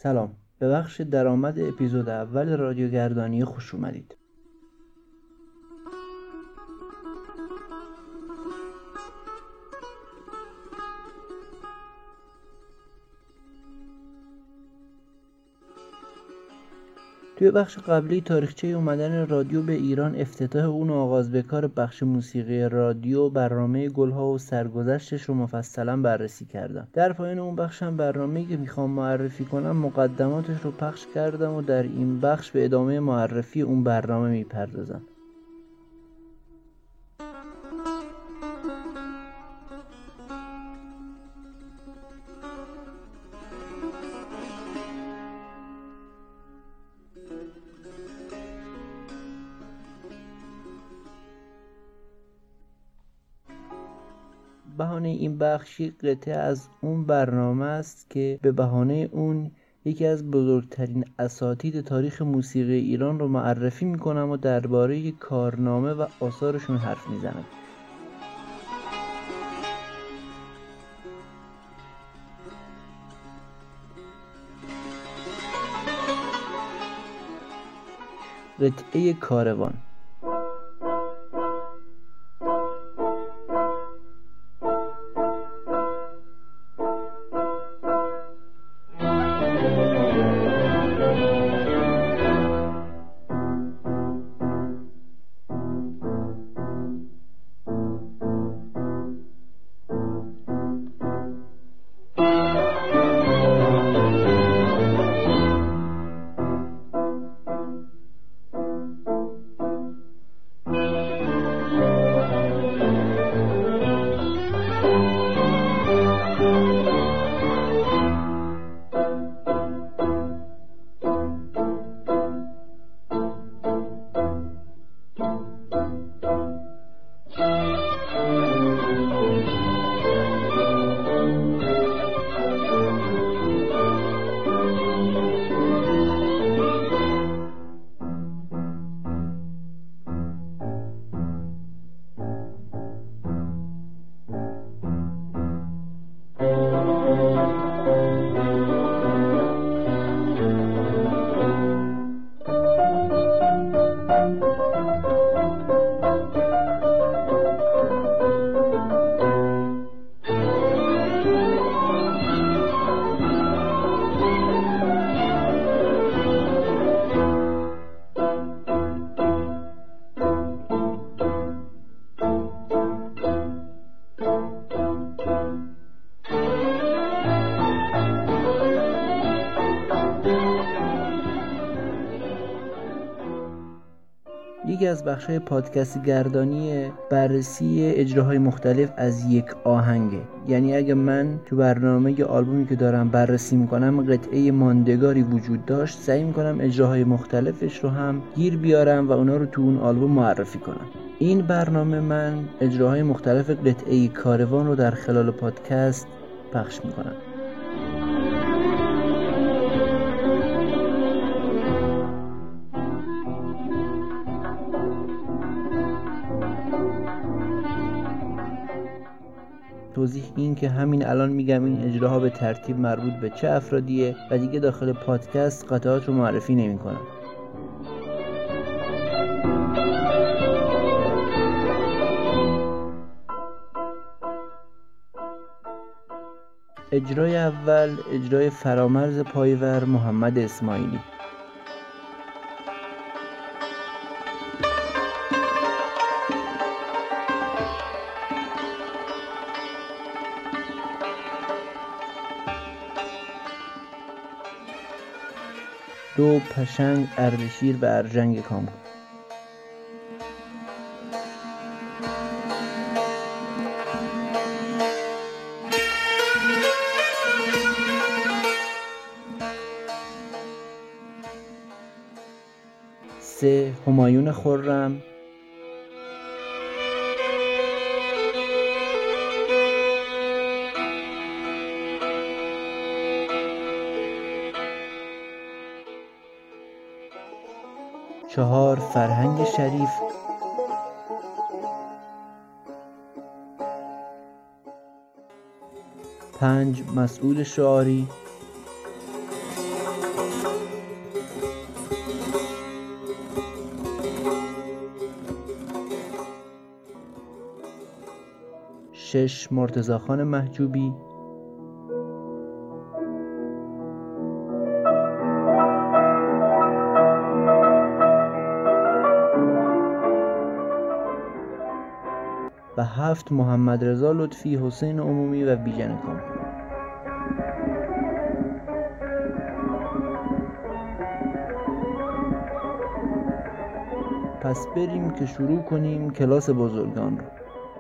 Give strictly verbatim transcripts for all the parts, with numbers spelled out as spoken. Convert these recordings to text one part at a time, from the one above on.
سلام، به بخش درآمد اپیزود اول رادیو گردانی خوش اومدید. توی بخش قبلی تاریخچه اومدن رادیو به ایران، افتتاح اون و آغاز به کار بخش موسیقی رادیو، برنامه گلها و سرگذشتش رو مفصلا بررسی کردم. در پایان اون بخشم برنامه‌ای که میخوام معرفی کنم مقدماتش رو پخش کردم و در این بخش به ادامه معرفی اون برنامه میپردازم. بهانه این بخش یک قطعه از اون برنامه است که به بهانه اون یکی از بزرگترین اساتید تاریخ موسیقی ایران رو معرفی میکنم و درباره کارنامه و آثارشون حرف میزنم. قطعه کاروان. یکی از بخش‌های پادکست گردانی بررسی اجراهای مختلف از یک آهنگه. یعنی اگه من تو برنامه ی آلبومی که دارم بررسی میکنم قطعه ماندگاری وجود داشت، سعی میکنم اجراهای مختلفش رو هم گیر بیارم و اونا رو تو اون آلبوم معرفی کنم. این برنامه من اجراهای مختلف قطعه کاروان رو در خلال پادکست پخش میکنم. توضیح این که همین الان میگم این اجراها به ترتیب مربوط به چه افرادیه و دیگه داخل پادکست قطعات رو معرفی نمی کنم. اجرای اول، اجرای فرامرز پایور محمد اسماعیلی. دو پشنگ اردشیر و ارژنگ کامکو. سه همایون خرم. چهار فرهنگ شریف. پنج مسعود شعاری. شش مرتضی خان محجوبی، و هفت محمد رضا لطفی، حسین عمومی و بیژن کامل. پس بریم که شروع کنیم کلاس بزرگان رو.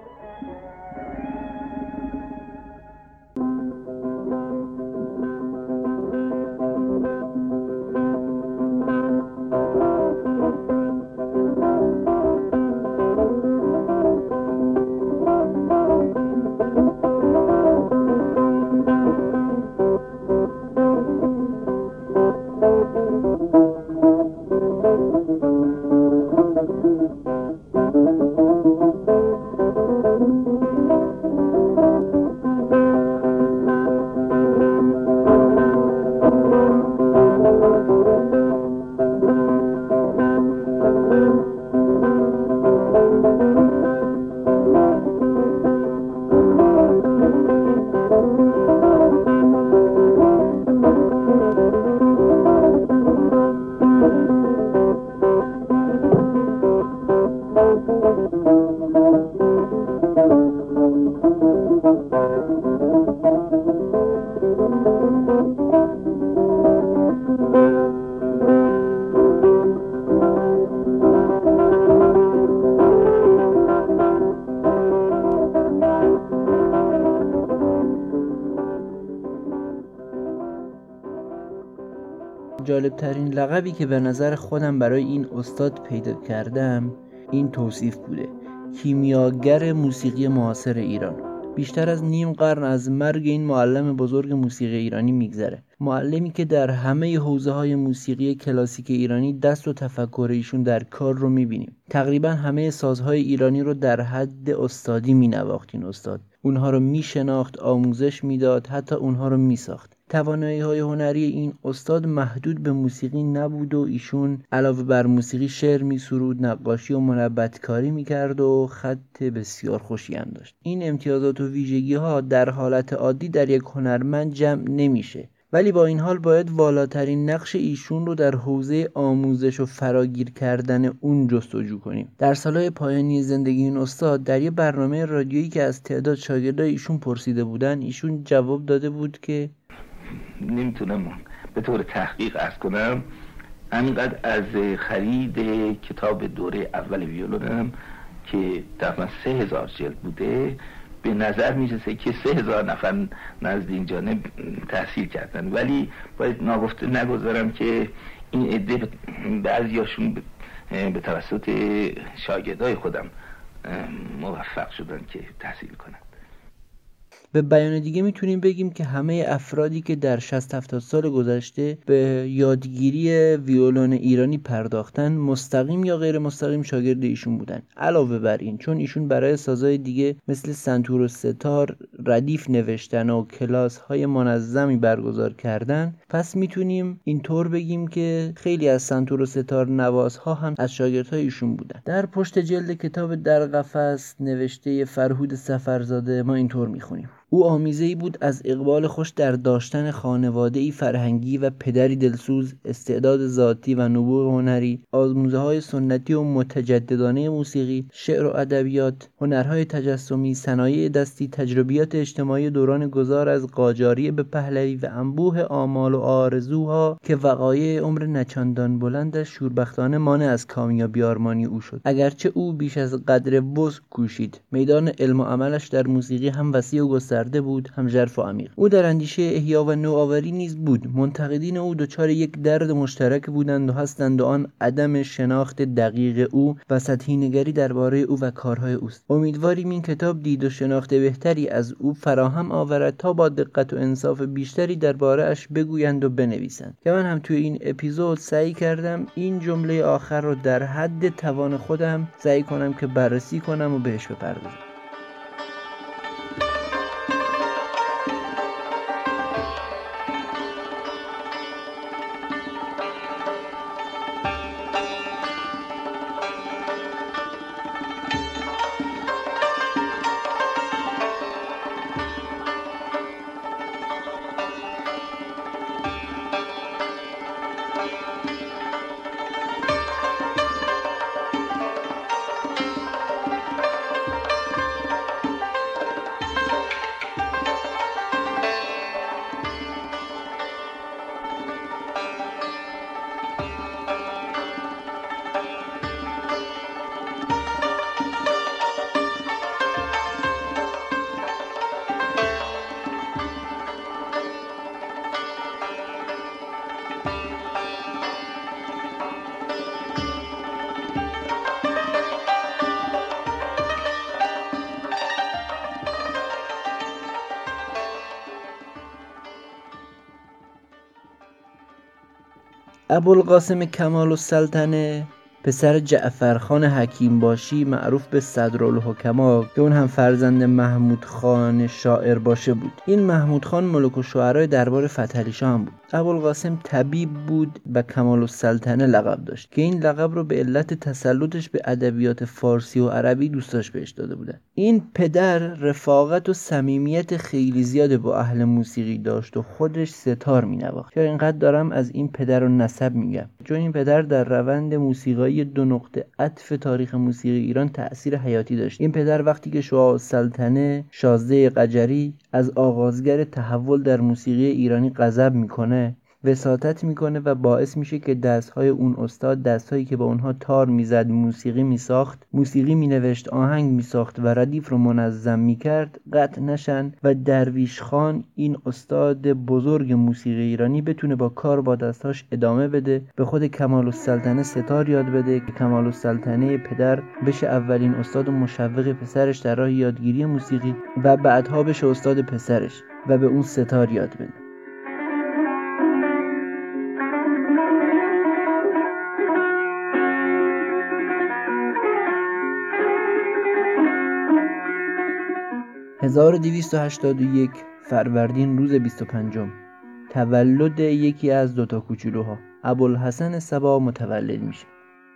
جالب ترین لقبی که به نظر خودم برای این استاد پیدا کردم این توصیف بوده: کیمیاگر موسیقی معاصر ایران. بیشتر از نیم قرن از مرگ این معلم بزرگ موسیقی ایرانی میگذره. معلمی که در همه حوزه‌های موسیقی کلاسیک ایرانی دست و تفکر ایشون در کار رو میبینیم. تقریبا همه سازهای ایرانی رو در حد استادی مینواخت این استاد. اونها رو میشناخت، آموزش میداد، حتی اونها رو میساخت. توانایی‌های هنری این استاد محدود به موسیقی نبود و ایشون علاوه بر موسیقی شعر می‌سرود، نقاشی و منبت‌کاری می‌کرد و خط بسیار خوشی هم داشت. این امتیازات و ویژگی‌ها در حالت عادی در یک هنرمند جمع نمیشه، ولی با این حال باید والاترین نقش ایشون رو در حوزه آموزش و فراگیر کردن اون جستجو کنیم. در سالهای پایانی زندگی این استاد در یه برنامه رادیویی که از تعداد شاگردای ایشون پرسیده بودن، ایشون جواب داده بود که نمیتونم به طور تحقیق عرض کنم، همینقدر از خرید کتاب دوره اول ویولونم که تقریبا سه هزار جلد بوده به نظر میرسه که سه هزار نفر نزد این جانب تحصیل کردن، ولی باید ناگفته نگذارم که این عده بعضیاشون به توسط شاگردای خودم موفق شدن که تحصیل کنن. به بیان دیگه میتونیم بگیم که همه افرادی که در شصت هفتاد سال گذشته به یادگیری ویولون ایرانی پرداختن مستقیم یا غیر مستقیم شاگرد ایشون بودن. علاوه بر این چون ایشون برای سازهای دیگه مثل سنتور و ستار ردیف نوشتن و کلاس های منظمی برگزار کردن، پس میتونیم اینطور بگیم که خیلی از سنتور و ستار نوازها هم از شاگردهای ایشون بودن. در پشت جلد کتاب در قفس نوشته فرهود سفرزاده ما اینطور میخونیم: او آمیزه‌ای بود از اقبال خوش در داشتن خانواده‌ای فرهنگی و پدری دلسوز، استعداد ذاتی و نبوغ هنری، آزموزه‌های سنتی و متجددانه موسیقی، شعر و ادبیات، هنرهای تجسمی، صنایع دستی، تجربیات اجتماعی دوران گذار از قاجاری به پهلوی و انبوه آمال و آرزوها که وقایع عمر نچندان بلندش شوربختانه مانع از کامیابی آرمانی او شد. اگرچه او بیش از قدر وسع کوشید، میدان علم و عملش در موسیقی هم وسیع و گسترده بود، هم ژرف و عمیق. او در اندیشه احیا و نوآوری نیز بود. منتقدین او دچار یک درد مشترک بودند و هستند و آن عدم شناخت دقیق او و سطحی نگری درباره او و کارهای اوست. امیدواریم این کتاب دید و شناخت بهتری از او فراهم آورد تا با دقت و انصاف بیشتری درباره اش بگویند و بنویسند. که من هم توی این اپیزود سعی کردم این جمله آخر رو در حد توان خودم سعی کنم که بررسی کنم و بهش بپردازم. ابوالقاسم کمال السلطنه پسر جعفرخان حکیم باشی معروف به صدرالحکما که اون هم فرزند محمود خان شاعر باشه بود. این محمود خان ملک الشعرای دربار فتحعلی شاه هم بود. ابوالقاسم طبیب بود و کمال السلطنه لقب داشت که این لقب رو به علت تسلطش به ادبیات فارسی و عربی دوستاش بهش داده بودن. این پدر رفاقت و صمیمیت خیلی زیاد با اهل موسیقی داشت و خودش ستار مینواخت. چرا اینقدر دارم از این پدر و نسب میگم؟ چون این پدر در روند موسیقی دو نقطه عطف تاریخ موسیقی ایران تأثیر حیاتی داشت. این پدر وقتی که شعاع السلطنه شازده قجری از آغازگر تحول در موسیقی ایرانی غضب میکنه، وساطت میکنه و باعث میشه که دستهای اون استاد، دستهایی که با اونها تار میزد، موسیقی میساخت، موسیقی مینوشت، آهنگ میساخت و ردیف رو منظم میکرد، قطع نشن و درویش خان، این استاد بزرگ موسیقی ایرانی، بتونه با کار با دستاش ادامه بده، به خود کمال السلطنه ستار یاد بده که کمال السلطنه پدر بشه اولین استاد و مشوق پسرش در راه یادگیری موسیقی و بعدها بشه استاد پسرش و به اون ستار یاد بده. هزار و دویست و هشتاد و یک فروردین روز بیست و پنجم تولد یکی از دوتا کوچولوها، ابوالحسن صبا متولد میشه.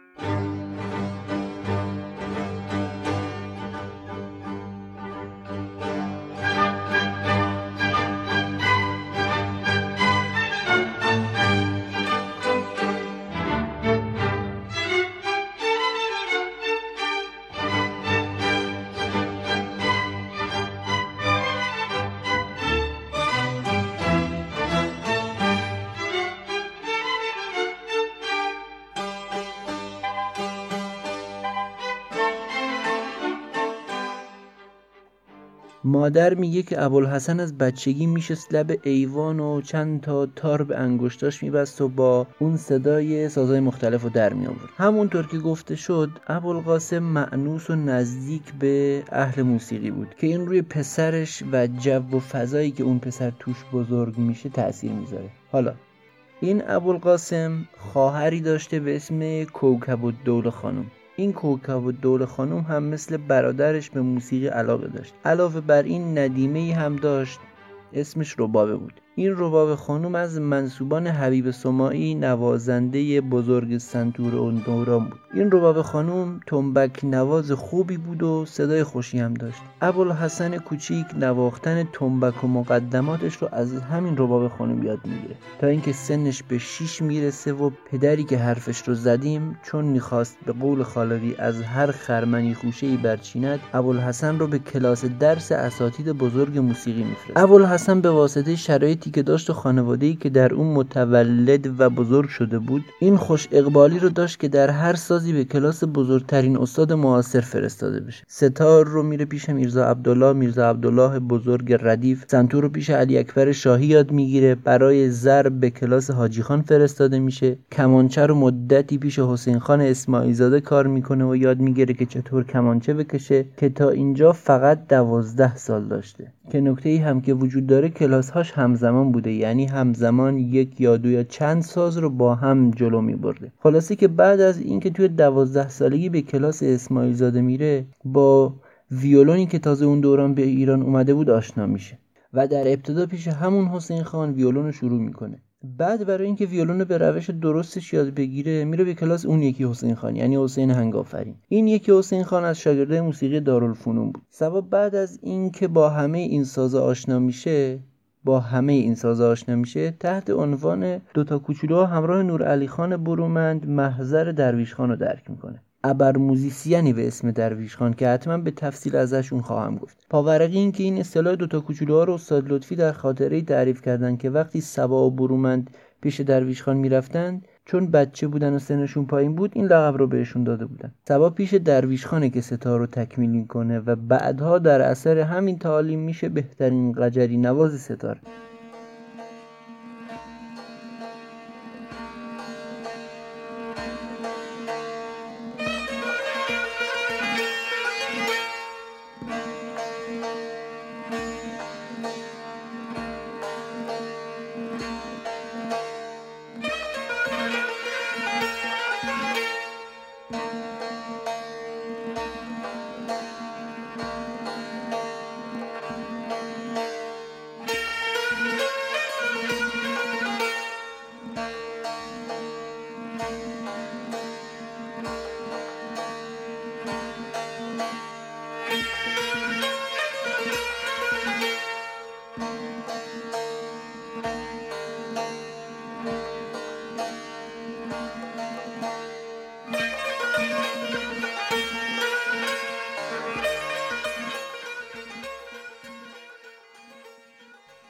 مادر میگه که ابوالحسن از بچگی میشست لب ایوان و چند تا تار به انگشتاش میبست و با اون صدای سازهای مختلف رو در میآورد. همونطور که گفته شد ابوالقاسم مأنوس و نزدیک به اهل موسیقی بود که این روی پسرش و جو و فضایی که اون پسر توش بزرگ میشه تأثیر میذاره. حالا این ابوالقاسم خواهری داشته به اسم کوکب الدوله خانم. این کوکب الدوله خانم هم مثل برادرش به موسیقی علاقه داشت. علاوه بر این ندیمه‌ای هم داشت اسمش ربابه بود. این ربابه خانم از منسوبان حبیب سماعی نوازنده بزرگ سنتور اون دوران بود. این ربابه خانم تنبک نواز خوبی بود و صدای خوشی هم داشت. ابوالحسن کوچیک نواختن تنبک و مقدماتش رو از همین ربابه خانم یاد میگیره تا اینکه سنش به شیش میرسه و پدری که حرفش رو زدیم چون میخواست به قول خالقی از هر خرمنی خوشه‌ای برچیند، ابوالحسن رو به کلاس درس اساتید بزرگ موسیقی میفرست. ابوالحسن به واسطه شرایطی که داشت و خانواده‌ای که در اون متولد و بزرگ شده بود، این خوش اقبالی رو داشت که در هر سازی به کلاس بزرگترین استاد معاصر فرستاده بشه. ستار رو میره پیش میرزا عبدالله، میرزا عبدالله بزرگ ردیف، سنتور رو پیش علی اکبر شاهی یاد میگیره، برای ضرب به کلاس حاجی خان فرستاده میشه، کمانچه رو مدتی پیش حسین خان اسماعیل زاده کار میکنه و یاد میگیره که چطور کمانچه بکشه که تا اینجا فقط دوازده سال داشته. که نکته ای هم که وجود داره کلاس هاش همزمان بوده، یعنی همزمان یک یا دو یا چند ساز رو با هم جلو می برده. خلاصه که بعد از اینکه توی دوازده سالگی به کلاس اسماعیل زاده میره، با ویولونی که تازه اون دوران به ایران اومده بود آشنا میشه و در ابتدا پیش همون حسین خان ویولون رو شروع میکنه. بعد برای اینکه ویولون به روش درستش یاد بگیره میره به کلاس اون یکی حسین خان، یعنی حسین هنگافرین. این یکی حسین خان از شاگردای موسیقی دارالفنون بود. سبب بعد از اینکه با همه این سازا آشنا میشه با همه این سازا آشنا میشه تحت عنوان دوتا کوچولوها همراه نورعلی خان برومند محضر درویش خان رو درک میکنه. ابر موزیسیانی به اسم درویش خان که حتما به تفصیل ازشون خواهم گفت. پاورقی این که این اصطلاح دوتا کوچولوها رو استاد لطفی در خاطره‌ای تعریف کردن که وقتی صبا و برومند پیش درویش خان میرفتن، چون بچه بودن و سنشون پایین بود این لقب رو بهشون داده بودن. صبا پیش درویش خانه که ستار رو تکمیل میکنه و بعدها در اثر همین تعالیم میشه بهترین قجری نواز ستار.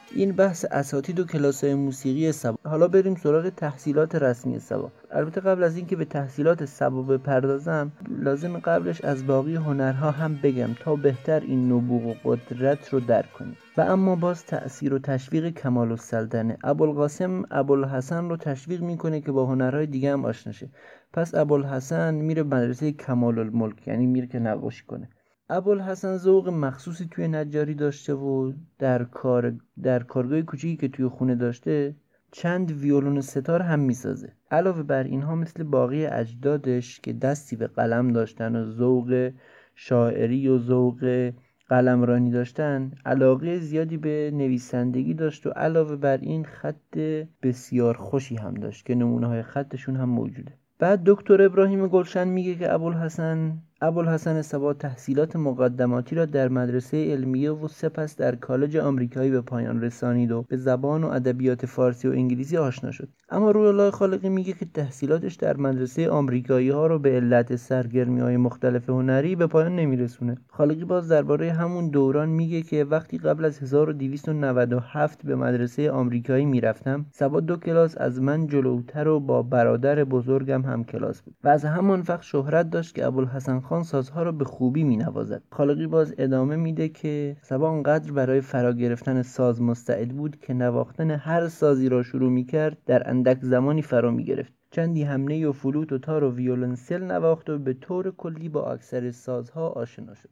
این بحث اساتید و کلاس‌های موسیقی سبا. حالا بریم سراغ تحصیلات رسمی سبا. البته قبل از اینکه به تحصیلات سبا بپردازم لازم قبلش از باقی هنرها هم بگم تا بهتر این نبوغ و قدرت رو درک کنیم. و اما باز تأثیر و تشویق کمال السلطنه. ابوالقاسم ابوالحسن رو تشویق میکنه که با هنرهای دیگه هم آشنا شه. پس ابوالحسن میره مدرسه کمال الملک، یعنی میره که نقاشی کنه. ابوالحسن ذوق مخصوصی توی نجاری داشته و در کار در کارگاه کوچیکی که توی خونه داشته چند ویولون ستار هم میسازه. علاوه بر اینها مثل باقی اجدادش که دستی به قلم داشتن و ذوق شاعری و ذوق قلمرانی داشتن، علاقه زیادی به نویسندگی داشت و علاوه بر این خط بسیار خوشی هم داشت که نمونه‌های خطشون هم موجوده. بعد دکتر ابراهیم گلشن میگه که ابوالحسن ابوالحسن صبا تحصیلات مقدماتی را در مدرسه علمیه و سپس در کالج آمریکایی به پایان رسانید و به زبان و ادبیات فارسی و انگلیسی آشنا شد. اما روح الله خالقی میگه که تحصیلاتش در مدرسه آمریکایی ها رو به علت سرگرمی‌های مختلف هنری به پایان نمیرسونه. خالقی باز درباره همون دوران میگه که وقتی قبل از هزار و دویست و نود و هفت به مدرسه آمریکایی میرفتم، صبا دو کلاس از من جلوتر و با برادر بزرگم هم کلاس بود و از همان وقت شهرت داشت که ابوالحسن خان سازها رو به خوبی مینوازد. خالقی باز ادامه میده که صبا انقدر برای فرا گرفتن ساز مستعد بود که نواختن هر سازی را شروع میکرد در اندک زمانی فرا میگرفت. چندی هم نی و فلوت و تار و ویولنسل نواخت و به طور کلی با اکثر سازها آشنا شد.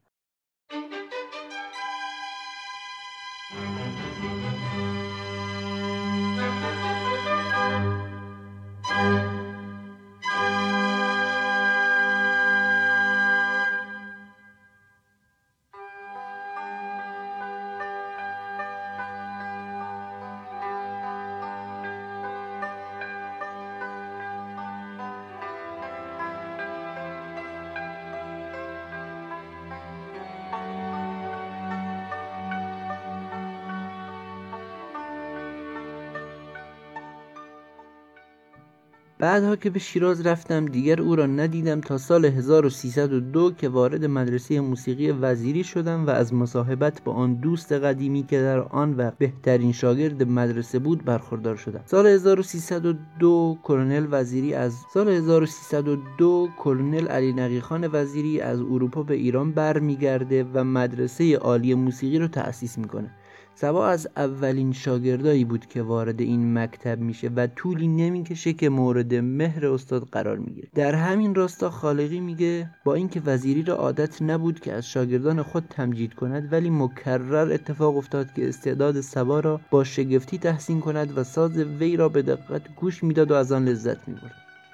بعدها که به شیراز رفتم دیگر او را ندیدم تا سال هزار و سیصد و دو که وارد مدرسه موسیقی وزیری شدم و از مصاحبت با آن دوست قدیمی که در آن وقت بهترین شاگرد مدرسه بود برخوردار شدم. سال هزار و سیصد و دو کلونل وزیری از سال هزار و سیصد و دو کلونل علی نقیخان وزیری از اروپا به ایران برمیگرده و مدرسه عالی موسیقی رو تأسیس میکنه. صبا از اولین شاگردایی بود که وارد این مکتب میشه و طولی نمیکشه که مورد مهر استاد قرار میگیره. در همین راستا خالقی میگه با اینکه وزیری را عادت نبود که از شاگردان خود تمجید کند، ولی مکرر اتفاق افتاد که استعداد صبا را با شگفتی تحسین کند و ساز وی را به دقت گوش میداد و از آن لذت میبرد.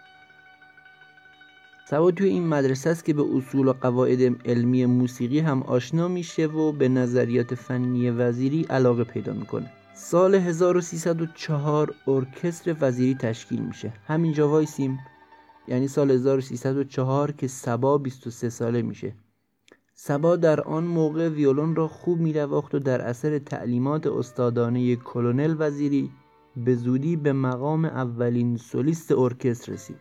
صبا توی این مدرسه است که به اصول و قواعد علمی موسیقی هم آشنا میشه و به نظریات فنی وزیری علاقه پیدا میکنه. سال هزار و سیصد و چهار ارکستر وزیری تشکیل میشه. همینجا وایسیم، یعنی سال هزار و سیصد و چهار که صبا بیست و سه ساله میشه. صبا در آن موقع ویولون را خوب می‌نواخت و در اثر تعلیمات استادانه کلونل وزیری به زودی به مقام اولین سولیست ارکستر رسید.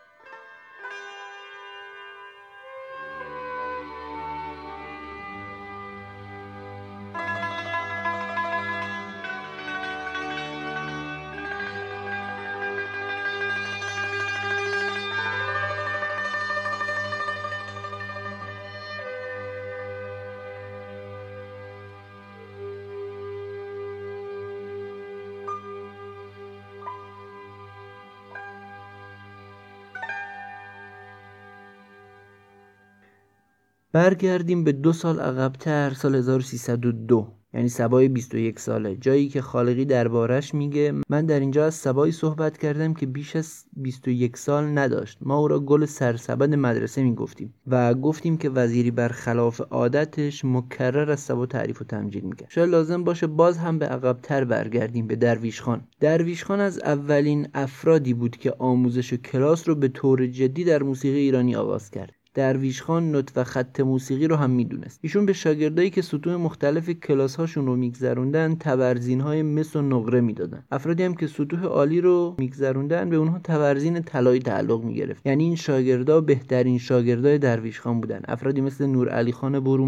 برگردیم به دو سال عقب‌تر، سال هزار و سیصد و دو، یعنی صبای بیست و یک ساله، جایی که خالقی دربارش میگه من در اینجا از صبایی صحبت کردم که بیش از بیست و یک سال نداشت. ما او را گل سرسبد مدرسه میگفتیم و گفتیم که وزیری برخلاف عادتش مکرر از صبا تعریف و تمجید میکرد. شاید لازم باشه باز هم به عقب‌تر برگردیم، به درویش خان. درویش خان از اولین افرادی بود که آموزش و کلاس رو به طور جدی در موسیقی ایرانی آغاز کرد. درویش خان نوت و خط موسیقی رو هم میدونست. ایشون به شاگردایی که سطوح مختلف کلاس هاشون رو میگذروندن تبرزین های مس و نقره میدادن. افرادی هم که سطوح عالی رو میگذروندن به اونها تبرزین طلایی تعلق میگرفت. یعنی این شاگردا بهترین شاگردای درویش خان بودن. افرادی مثل نورعلی خان برومند،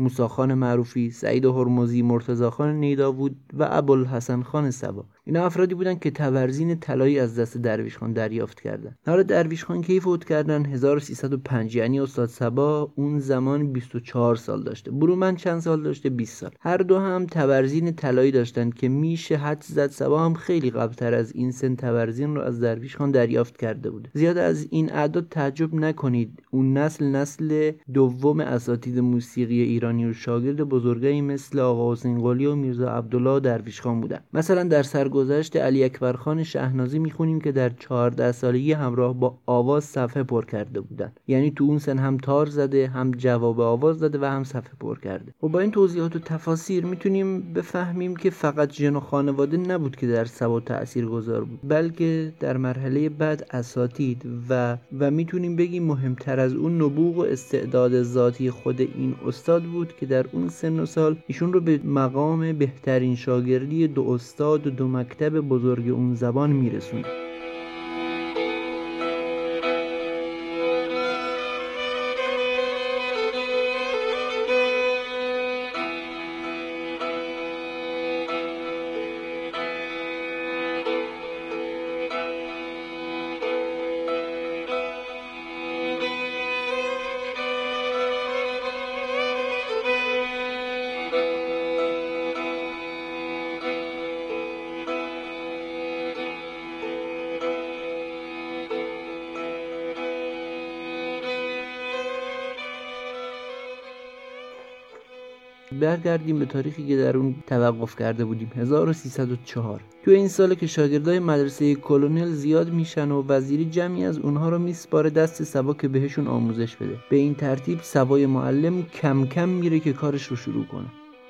موسی خان معروفی، سعید هرمزی، مرتضی خان نیداود و ابوالحسن خان صبا. اینا افرادی بودن که تبرزین طلایی از دست درویش خان دریافت کردن. حالا درویش خان کی فوت کردن؟ هزار و سیصد و پنج، یعنی استاد صبا اون زمان بیست و چهار سال داشته. برومند چند سال داشته؟ بیست سال. هر دو هم تبرزین طلایی داشتن که میشه حدس زد صبا هم خیلی قبلتر از این سن تبرزین رو از درویش خان دریافت کرده بود. زیاد از این اعداد تعجب نکنید. اون نسل نسل دوم اساتید موسیقی ایرانی و شاگرد بزرگایی مثل آقا حسین قلی و میرزا عبدالله درویش خان بودن. مثلا در سرگذشت علی اکبر خان شهنازی میخونیم که در چهارده سالگی همراه با آواز صفحه پر کرده بودن. یعنی تو اون سن هم تار زده، هم جواب آواز داده و هم صفحه پر کرده. و با این توضیحات و تفاسیر میتونیم بفهمیم که فقط ژن و خانواده نبود که در صبا تاثیرگذار بود، بلکه در مرحله بعد اساتید و و میتونیم بگیم مهمتر از اون نبوغ و استعداد ذاتی خود این استاد بود که در اون سن و سال ایشون رو به مقام بهترین شاگردی دو استاد و دو مکتب بزرگ اون زبان میرسونه. برگردیم به تاریخی که در اون توقف کرده بودیم، هزار و سیصد و چهار. تو این ساله که شاگردای مدرسه کلونل زیاد میشن و وزیری جمعی از اونها رو میسپاره دست صبا که بهشون آموزش بده. به این ترتیب صبای معلم کم کم میره که کارش رو شروع کنه.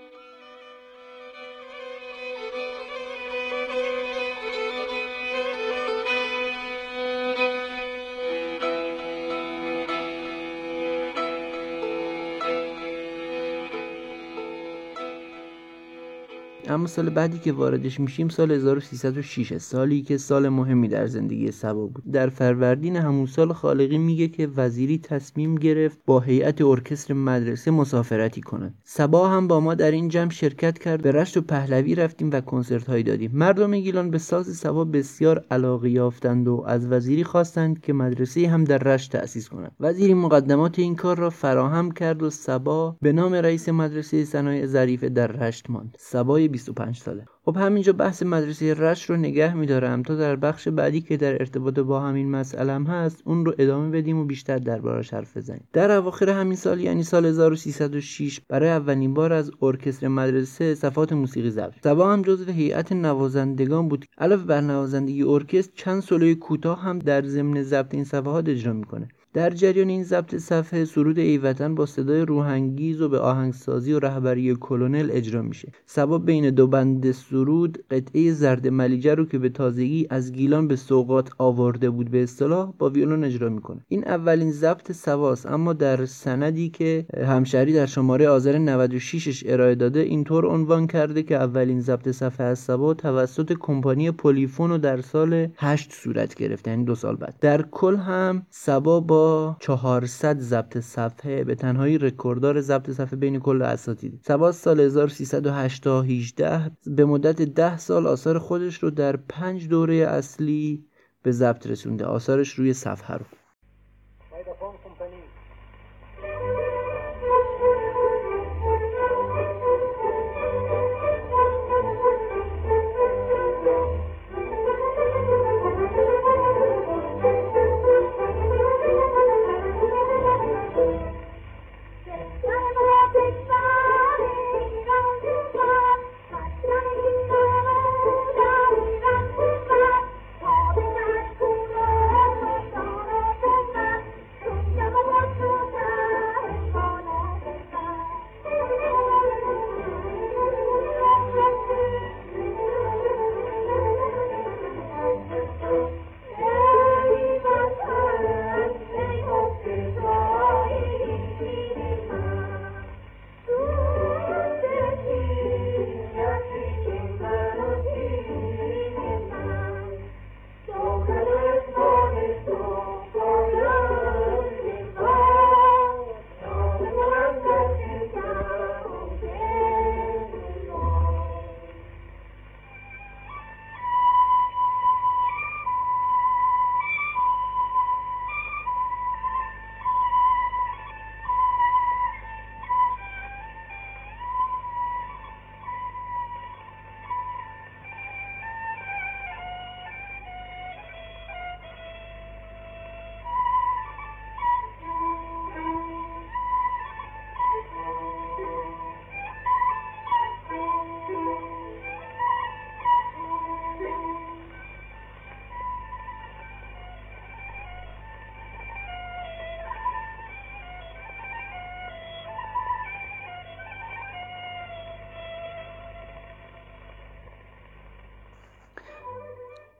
اما سال بعدی که واردش میشیم سال هزار و سیصد و شش، سالی که سال مهمی در زندگی صبا بود. در فروردین همون سال خالقی میگه که وزیری تصمیم گرفت با هیئت ارکستر مدرسه مسافرتی کنند. صبا هم با ما در این جمع شرکت کرد. به رشت و پهلوی رفتیم و کنسرت هایی دادیم. مردم گیلان به ساز صبا بسیار علاقه یافتند و از وزیری خواستند که مدرسه هم در رشت تأسیس کند. وزیری مقدمات این کار را فراهم کرد و صبا به نام رئیس مدرسه صنایع ظریفه در رشت ماند. صبای بیست و پنج ساله. خب همینجا بحث مدرسه رشت رو نگه می‌دارم تا در بخش بعدی که در ارتباط با همین مسئله هم هست اون رو ادامه بدیم و بیشتر دربارش حرف بزنیم. در اواخر همین سال یعنی سال هزار و سیصد و شش برای اولین بار از ارکستر مدرسه صفات موسیقی ضبط. صبا هم جزو هیئت نوازندگان بود. علاوه بر نوازندگی ارکستر چند سولوی کوتاه هم در ضمن ضبط این صفحات اجرا می‌کنه. در جریان این ضبط صفحه سرود ای وطن با صدای روحانگیز و به آهنگسازی و رهبری کلونل اجرا میشه. صبا بین دو بند سرود قطعه زرد ملیجه رو که به تازگی از گیلان به سوغات آورده بود به اصطلاح با ویولون اجرا میکنه. این اولین ضبط صباست، اما در سندی که همشری در شماره آذر نود و شش ارائه داده اینطور عنوان کرده که اولین ضبط صفحه از صبا توسط کمپانی پلیفون در سال هشت صورت گرفت، یعنی دو سال بعد. در کل هم صبا با چهارصد ضبط صفحه به تنهایی رکورددار ضبط صفحه بین کل اساتید. صبا سال هزار و سیصد و هشت تا هجده به مدت ده سال آثار خودش رو در پنج دوره اصلی به ضبط رسونده. آثارش روی صفحه رو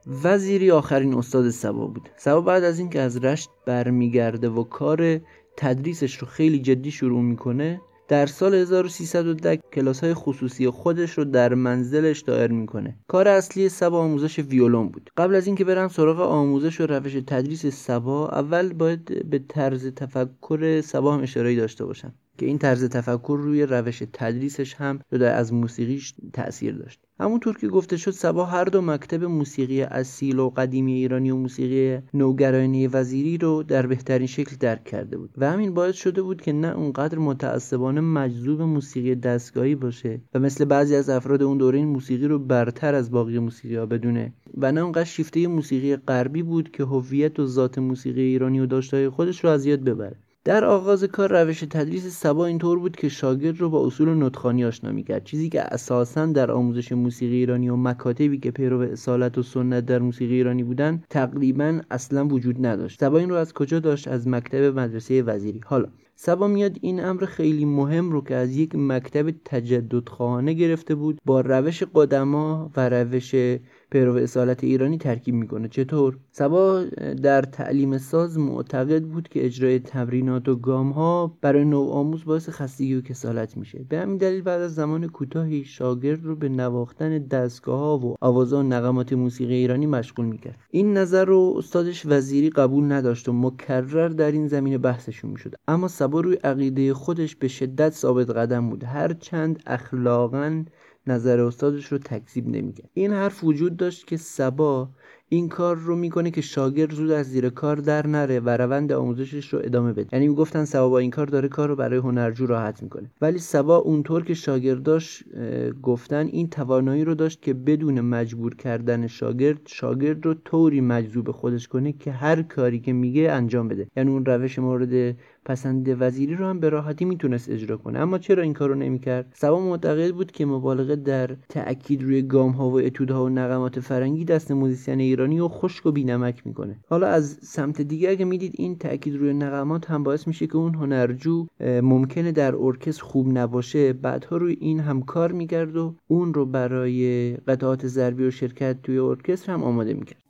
وزیری آخرین استاد صبا بود. صبا بعد از اینکه از رشت برمیگرده و کار تدریسش رو خیلی جدی شروع میکنه، در سال هزار و سیصد و ده کلاس‌های خصوصی خودش رو در منزلش دایر میکنه. کار اصلی صبا آموزش ویولون بود. قبل از اینکه برم سراغ آموزش و روش تدریس صبا، اول باید به طرز تفکر صبا هم اشاره داشته باشم که این طرز تفکر روی روش تدریسش هم جدا از موسیقیش تأثیر داشت. همونطور که گفته شد، صبا هر دو مکتب موسیقی اصیل و قدیمی ایرانی و موسیقی نوگرایانه وزیری رو در بهترین شکل درک کرده بود و همین باعث شده بود که نه اونقدر متعصبانه مجذوب موسیقی دستگاهی باشه و مثل بعضی از افراد اون دوره این موسیقی رو برتر از باقی موسیقی‌ها بدونه و نه اونقدر شیفته موسیقی غربی بود که هویت و ذات موسیقی ایرانی و داشته‌های خودش رو از یاد ببره. در آغاز کار روش تدریس صبا اینطور بود که شاگرد رو با اصول نطخوانی آشنا می‌کرد، چیزی که اساساً در آموزش موسیقی ایرانی و مکاتبی که پیرو اصالت و سنت در موسیقی ایرانی بودن تقریباً اصلاً وجود نداشت. صبا این رو از کجا داشت؟ از مکتب مدرسه وزیری. حالا صبا میاد این امر خیلی مهم رو که از یک مکتب تجددخواهانه گرفته بود با روش قدما و روش پیرو اصالت ایرانی ترکیب میکنه. چطور؟ صبا در تعلیم ساز معتقد بود که اجرای تمرینات و گام‌ها برای نوآموز باعث خستگی و کسالت میشه. به همین دلیل بعد از زمان کوتاهی شاگرد رو به نواختن دستگاه‌ها و آوازها و نغمات موسیقی ایرانی مشغول میکرد. این نظر رو استادش وزیری قبول نداشت و مکرر در این زمینه بحثشون میشد، اما صبا روی عقیده خودش به شدت ثابت قدم بود، هر چند اخلاقاً نظر استادش رو تکذیب نمی‌کرد. این حرف وجود داشت که صبا این کار رو میکنه که شاگرد زود از زیر کار در نره و روند آموزشش رو ادامه بده. یعنی میگفتن صبا با این کار داره کار رو برای هنرجو راحت میکنه، ولی صبا اونطور که شاگرداش گفتن این توانایی رو داشت که بدون مجبور کردن شاگرد شاگرد رو طوری مجذوب خودش کنه که هر کاری که میگه انجام بده. یعنی اون روش مورد پسند وزیری رو هم به راحتی میتونست اجرا کنه. اما چرا این کارو نمیکرد؟ صبا معتقد بود که مبالغه در تأکید روی گام ها و اتودها و نغمات فرنگی دست موزیسین ایرانی رو خشک و بی‌نمک میکنه. حالا از سمت دیگه اگه میدید این تأکید روی نغمات هم باعث میشه که اون هنرجو ممکنه در ارکستر خوب نباشه، بعدها روی این هم کار میکرد و اون رو برای قطعات ضربی و شرکت توی ارکستر هم آماده میکرد.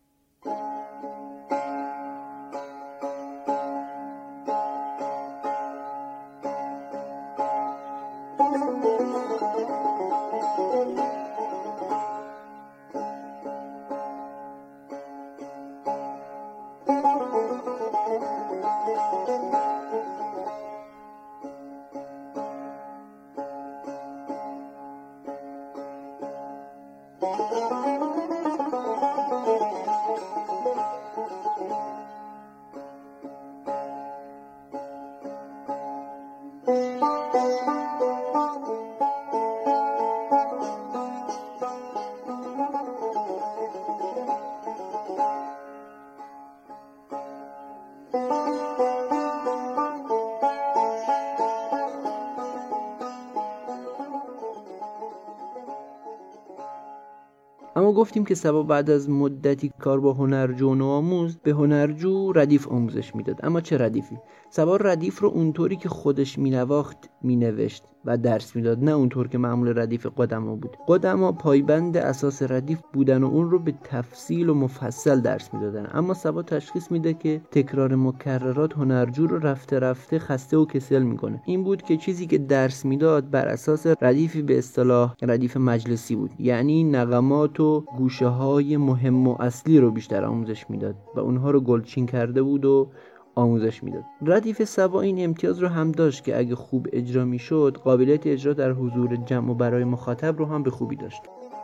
اما گفتیم که صبا بعد از مدتی کار با هنرجو و نوآموز به هنرجو ردیف آموزش میداد. اما چه ردیفی؟ صبا ردیف رو اونطوری که خودش مینواخت مینوشت و درس میداد، نه اونطور که معمول ردیف قدما بود. قدما پایبند اساس ردیف بودن و اون رو به تفصیل و مفصل درس میدادن، اما صبا تشخیص میده که تکرار مکررات هنرجو رو رفته رفته خسته و کسل میکنه. این بود که چیزی که درس میداد بر اساس ردیفی به اصطلاح ردیف مجلسی بود، یعنی نغمات و گوشه های مهم و اصلی رو بیشتر آموزش میداد و اونها رو گلچین کرده بود و آموزش میداد. ردیف صبا این امتیاز رو هم داشت که اگه خوب اجرا میشد قابلیت اجرا در حضور جمع و برای مخاطب رو هم به خوبی داشت.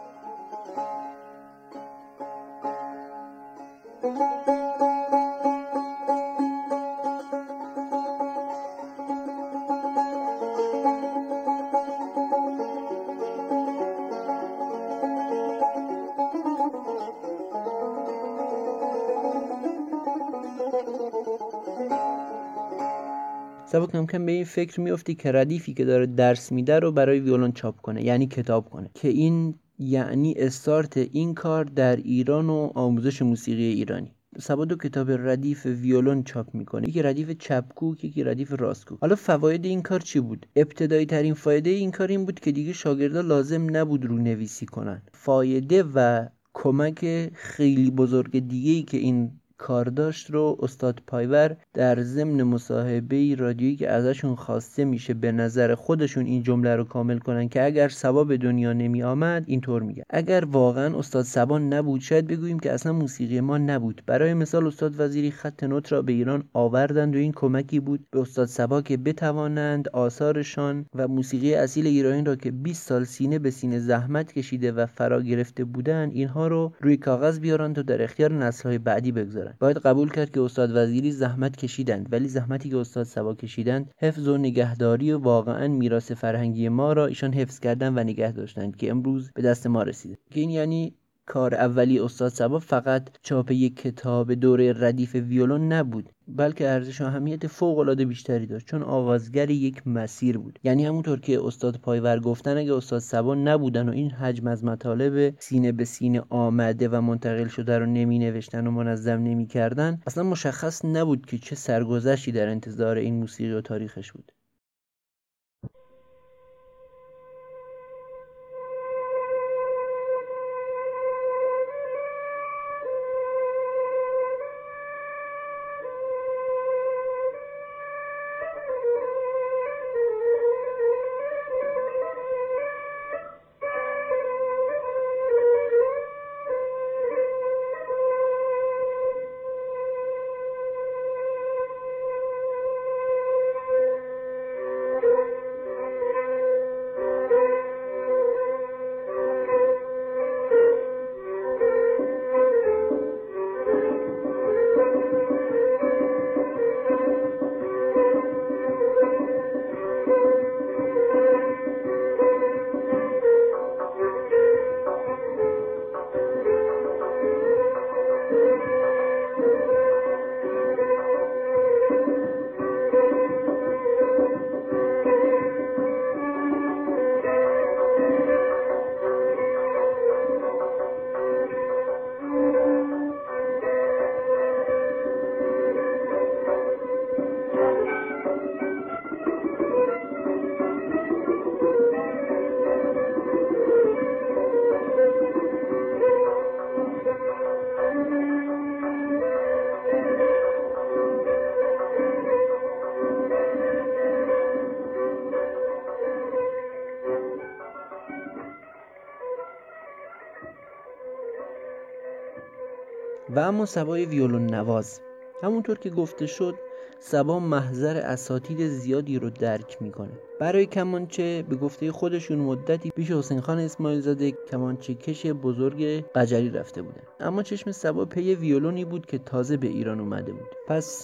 صبا کم کم به این فکر میافتی که ردیفی که داره درس میده رو برای ویولون چاپ کنه، یعنی کتاب کنه، که این یعنی استارت این کار در ایران و آموزش موسیقی ایرانی. صبا دو کتاب ردیف ویولون چاپ میکنه، یکی ردیف چپکوک یکی ردیف راستکوک. حالا فواید این کار چی بود؟ ابتدایی ترین فایده این کار این بود که دیگه شاگردا لازم نبود رو نویسی کنن. فایده و کمک خیلی بزرگ دیگه‌ای که این کار داشت رو استاد پایور در ضمن مصاحبه رادیویی که ازشون خواسته میشه به نظر خودشون این جمله رو کامل کنن که اگر صبا به دنیا نمی آمد اینطور میگه: اگر واقعا استاد صبا نبود شاید بگوییم که اصلا موسیقی ما نبود. برای مثال استاد وزیری خط نوت را به ایران آوردند و این کمکی بود به استاد صبا که بتوانند آثارشان و موسیقی اصیل ایرانی را که بیست سال سینه به سینه زحمت کشیده و فرا گرفته بودند اینها رو روی کاغذ بیارن تا در اختیار نسل‌های بعدی بگذارن. باید قبول کرد که استاد وزیری زحمت کشیدند، ولی زحمتی که استاد صبا کشیدند حفظ و نگهداری و واقعا میراث فرهنگی ما را ایشان حفظ کردند و نگه داشتند که امروز به دست ما رسیده. که این یعنی کار اولی استاد صبا فقط چاپ یک کتاب دوره ردیف ویولون نبود، بلکه ارزش و اهمیت فوق‌العاده بیشتری داشت، چون آغازگر یک مسیر بود. یعنی همونطور که استاد پایور گفتن اگه استاد صبا نبودن و این حجم از مطالب سینه به سینه آمده و منتقل شده رو نمی نوشتن و منظم نمی کردن، اصلا مشخص نبود که چه سرگذشتی در انتظار این موسیقی و تاریخش بود. و اما صبای ویولون نواز، همونطور که گفته شد صبا محضر اساتید زیادی رو درک میکنه. برای کمانچه به گفته خودشون مدتی پیش حسین خان اسماعیل زاده کمانچه کش بزرگ قجری رفته بودن، اما چشم صبا پی ویولونی بود که تازه به ایران اومده بود. پس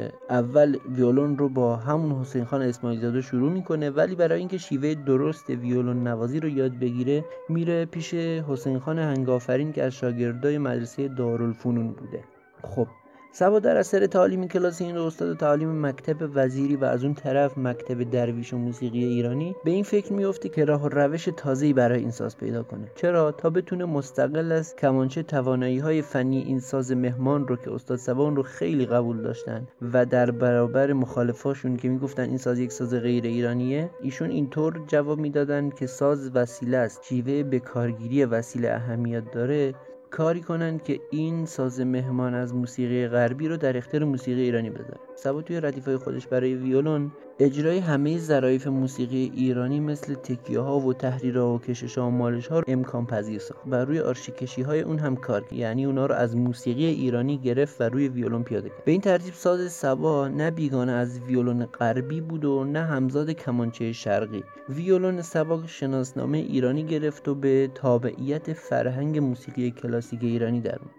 اول ویولون رو با همون حسین خان اسماعیل زاده شروع میکنه، ولی برای اینکه شیوه درست ویولون نوازی رو یاد بگیره میره پیش حسین خان هنگافرین که از شاگردای مدرسه دارالفنون بوده. خب صبا در اثر تعالیم کلاسی این استاد تعالیم مکتب وزیری و از اون طرف مکتب درویش و موسیقی ایرانی به این فکر میفته که راه و روش تازه‌ای برای این ساز پیدا کنه. چرا؟ تا بتونه مستقل از کمانچه توانایی‌های فنی این ساز مهمان رو که استاد صبا اون رو خیلی قبول داشتن و در برابر مخالفاشون که میگفتن این ساز یک ساز غیر ایرانیه، ایشون اینطور جواب میدادن که ساز وسیله است، شیوه به کارگیری وسیله اهمیت داره، کاری کنن که این ساز مهمان از موسیقی غربی رو در اختیار موسیقی ایرانی بذاره. صبا توی ردیف‌های خودش برای ویولون اجرای همه ظرایف موسیقی ایرانی مثل تکیه ها و تحریرها و کشش ها و مالش ها رو امکان پذیر ساخت و روی آرشیکشی های اون هم کار کرد، یعنی اونا رو از موسیقی ایرانی گرفت و روی ویولون پیاده کرد. به این ترتیب ساز صبا نه بیگانه از ویولون غربی بود و نه همزاد کمانچه شرقی. ویولون صبا شناسنامه ایرانی گرفت و به تابعیت فرهنگ موسیقی کلاسیک ایرانی درآمد.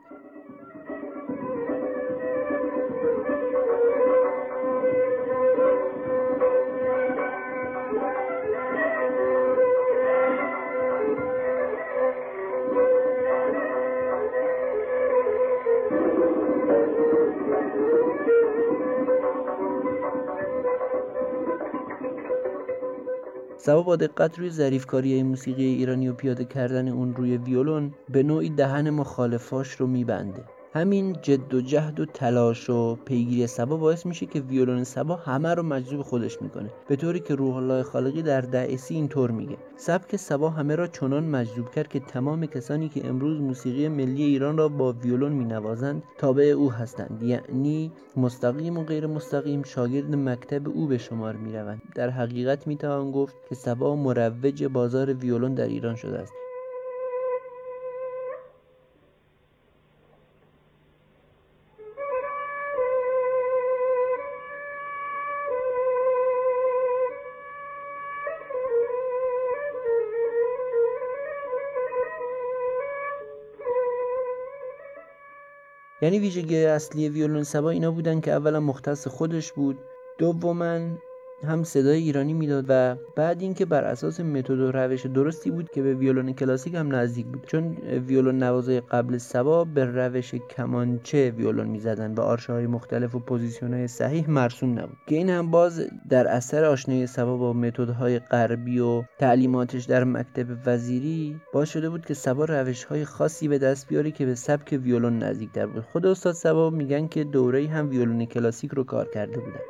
صبا با دقت روی ظریفکاری موسیقی ایرانی و پیاده کردن اون روی ویولون به نوعی دهن مخالفاش رو میبنده. همین جد و جهد و تلاش و پیگیری صبا باعث میشه که ویولون صبا همه رو مجذوب خودش میکنه، به طوری که روح الله خالقی در دعیسی اینطور میگه: سبک صبا همه را چنان مجذوب کرد که تمام کسانی که امروز موسیقی ملی ایران را با ویولون مینوازند تابع او هستند، یعنی مستقیم و غیر مستقیم شاگرد مکتب او به شمار میروند. در حقیقت میتوان گفت که صبا مروج بازار ویولون در ایران شده است. یعنی ویژگی اصلی ویولون صبا اینا بودن که اولا مختص خودش بود، دوما هم صدای ایرانی میداد و بعد اینکه بر اساس متد و روش درستی بود که به ویولون کلاسیک هم نزدیک بود، چون ویولون نوازای قبل صبا به روش کمانچه ویولون میزدن و آرشه‌های مختلف و پوزیشن‌های صحیح مرسوم نبود، که این هم باز در اثر آشنایی صبا با متدهای غربی و تعلیماتش در مکتب وزیری باعث شده بود که صبا روش‌های خاصی به دست بیاره که به سبک ویولون نزدیک‌تر بود. خود استاد صبا میگن که دوره‌ای هم ویولون کلاسیک رو کار کرده بودن.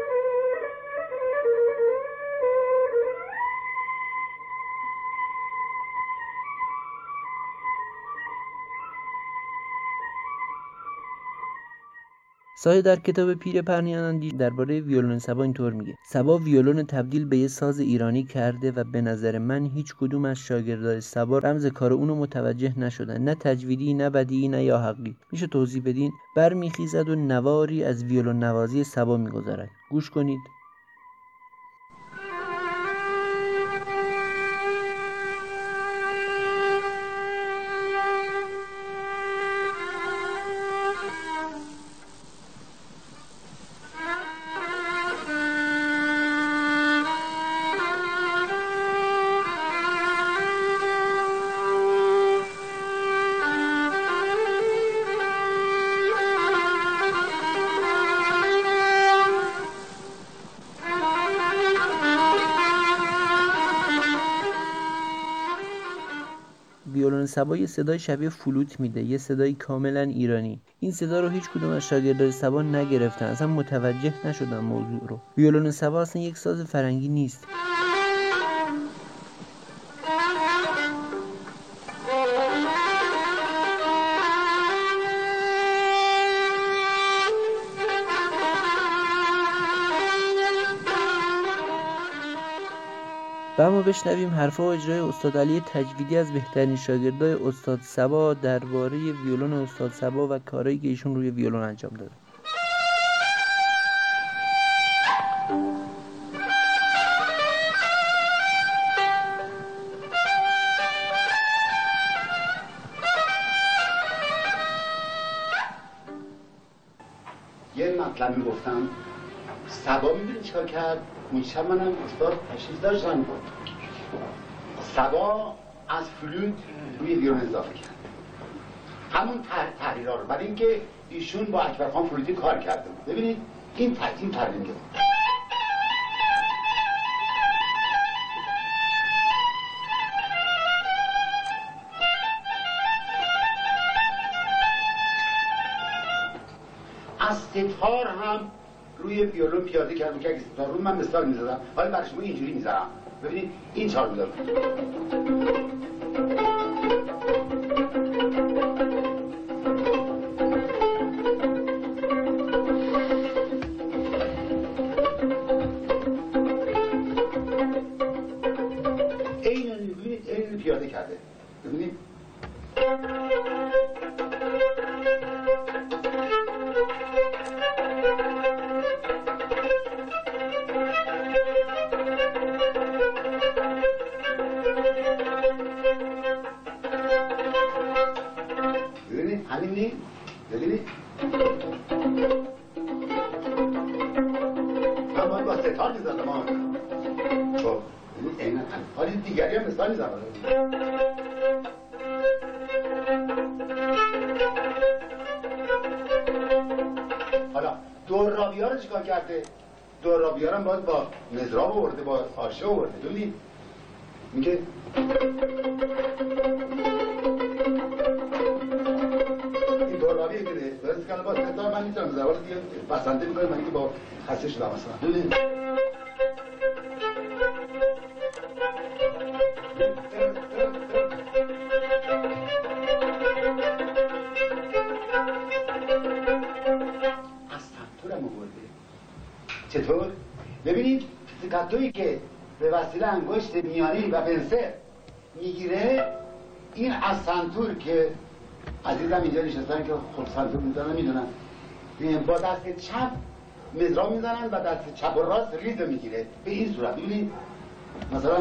سایه در کتاب پیر پرنیان‌اندیش درباره ویولون صبا اینطور میگه: صبا ویولون تبدیل به یه ساز ایرانی کرده و به نظر من هیچ کدوم از شاگردای صبا رمز کار اونو متوجه نشدن، نه تجویدی نه بدیعی نه یا حقی. میشه توضیح بدین؟ برمیخیزد و نواری از ویولون نوازی صبا میگذارد. گوش کنید. ویولون صبا یه صدای شبیه فلوت میده، یه صدای کاملا ایرانی. این صدا رو هیچ کدوم از شاگردای صبا نگرفتن، اصلا متوجه نشدن موضوع رو. ویولون صبا اصلا یک ساز فرنگی نیست. و اما بشنویم حرفا و اجرای استاد علی تجویدی از بهترین شاگردای استاد صبا درباره ویولون استاد صبا و کارهایی که ایشون روی ویولون انجام داده. یه مطلبی گفتم، صبا میدونی چیکار کرد؟ اون شب منم استاد تشریف داشتن، صبا از فلوت روی ویولون اضافه کرد، همون تحریرها رو، برای اینکه ایشون با اکبرخان فلوتی کار کرده بود. ببینید این تقدیم تقدیم کرد. از ستار هم روی ویولون پیاده کردم که اگه ستار رو من مثال میزدم، حالا برای شما اینجوری میزدم. ببینید این چهار میزدم. این ببینید این پیاده کرده. ببینید حالا دورابی‌ها رو چیکار کرده؟ دورابی‌ها رو باید با نظراب آورده، با آشه آورده. ببینید میگه این دورابی که میکنم در حالی دیگه بسنده میکنم من که با خسته شدم مثلا ببین چطور؟ ببینید سکاتویی که به وسیله انگشت میانی و پنسل میگیره این از سنتور که عزیزم اینجا نشستن که خود سنتور میزنن میدونن با دست چپ مزرا میزنن و دست چپ و راست ریز میگیره به این صورت. ببینید مثلا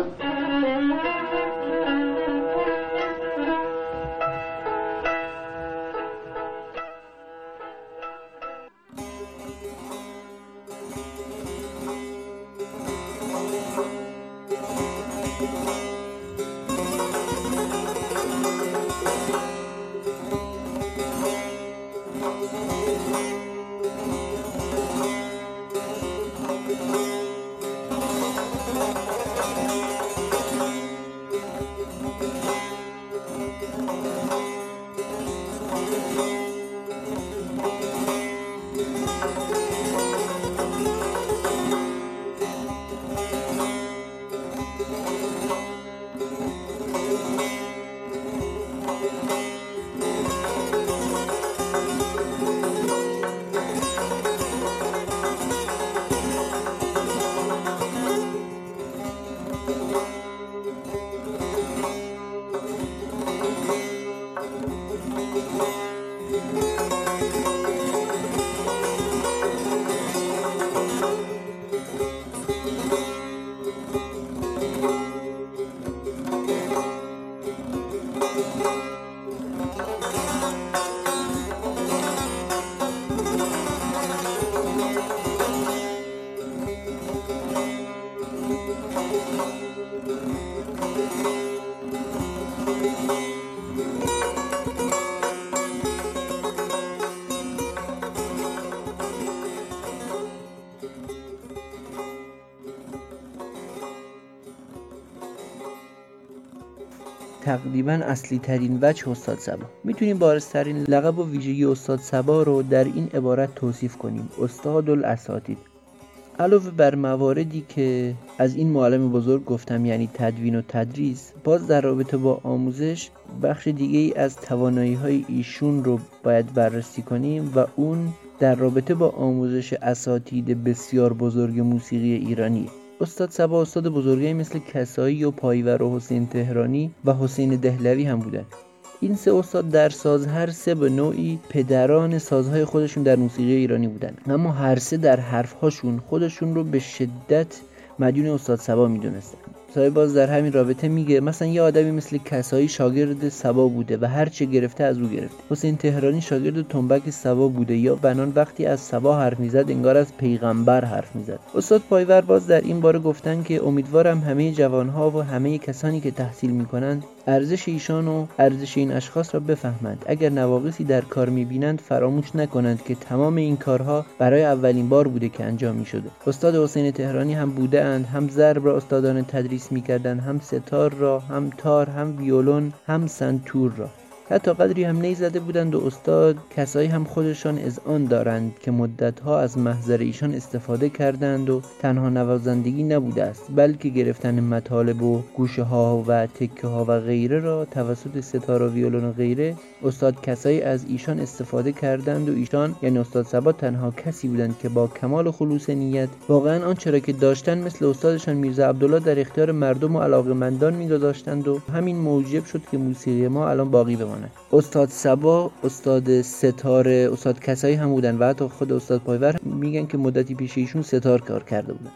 تقریبا اصلی ترین وجه استاد صبا. میتونیم بارزترین لقب و ویژگی استاد صبا رو در این عبارت توصیف کنیم: استاد الاساتید. علاوه بر مواردی که از این معلم بزرگ گفتم، یعنی تدوین و تدریس، باز در رابطه با آموزش بخش دیگه ای از توانایی های ایشون رو باید بررسی کنیم و اون در رابطه با آموزش اساتید بسیار بزرگ موسیقی ایرانی. استاد صبا استاد بزرگی مثل کسایی و پایور و حسین تهرانی و حسین دهلوی هم بودن. این سه استاد در ساز هر سه به نوعی پدران سازهای خودشون در موسیقی ایرانی بودن، اما هر سه در حرفهاشون خودشون رو به شدت مدیون استاد صبا میدونستن. صاحب باز در همین رابطه میگه مثلا یه آدمی مثل کسایی شاگرد صبا بوده و هر چه گرفته از او گرفته. حسین تهرانی شاگرد تنبک صبا بوده، یا بنان وقتی از صبا حرف میزد انگار از پیغمبر حرف میزد. استاد پایور باز در این باره گفتن که امیدوارم همه جوانها و همه کسانی که تحصیل میکنند ارزش ایشان و ارزش این اشخاص را بفهمند. اگر نواقصی در کار میبینند فراموش نکنند که تمام این کارها برای اولین بار بوده که انجام میشده. استاد حسین تهرانی هم بوده اند، هم ضرب را استادان تدریس میکردند، هم ستار را، هم تار، هم ویولون، هم سنتور را. حتی قدری هم نی زده بودند و استاد کسایی هم خودشان اذعان دارند که مدتها از محضر ایشان استفاده کردند و تنها نوازندگی نبوده است، بلکه گرفتن مطالب و گوشه ها و تکه ها و غیره را توسط ستار و ویولون و غیره استاد کسایی از ایشان استفاده کردند و ایشان یعنی استاد صبا تنها کسی بودند که با کمال خلوص نیت واقعا آنچه را که داشتن مثل استادشان میرزا عبدالله در اختیار مردم و علاقه‌مندان میگذاشتند و همین موجب شد که موسیقی ما الان باقی بماند. استاد صبا، استاد ستاره، استاد کسایی هم بودن و حتی خود استاد پایور میگن که مدتی پیش ایشون ستار کار کرده بودن.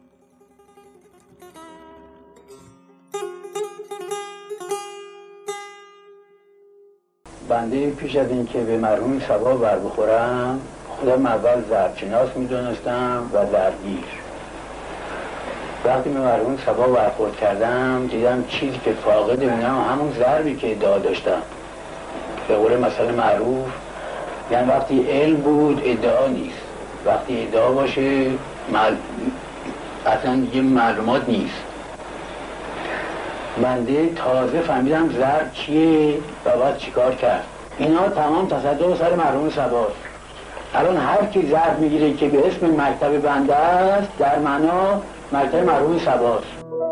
بنده پیش از این که به مرحوم صبا بر بخورم خودم اول ضربشناس میدونستم و درگیر. وقتی به مرحوم صبا برخورد کردم دیدم چیزی که فاقد اونم همون ضربی که ادعا داشتم. به قول مثلا معروف، یعنی وقتی علم بود ادعا نیست، وقتی ادعا باشه مل... اصلا دیگه معلومات نیست. بنده تازه فهمیدم ضرب چیه و باید چیکار کرد. اینا تمام تصدق سر مرحوم صباست. الان هر کی ظرف میگیره که به اسم مکتب بنده است در معنا مکتب مرحوم صباست.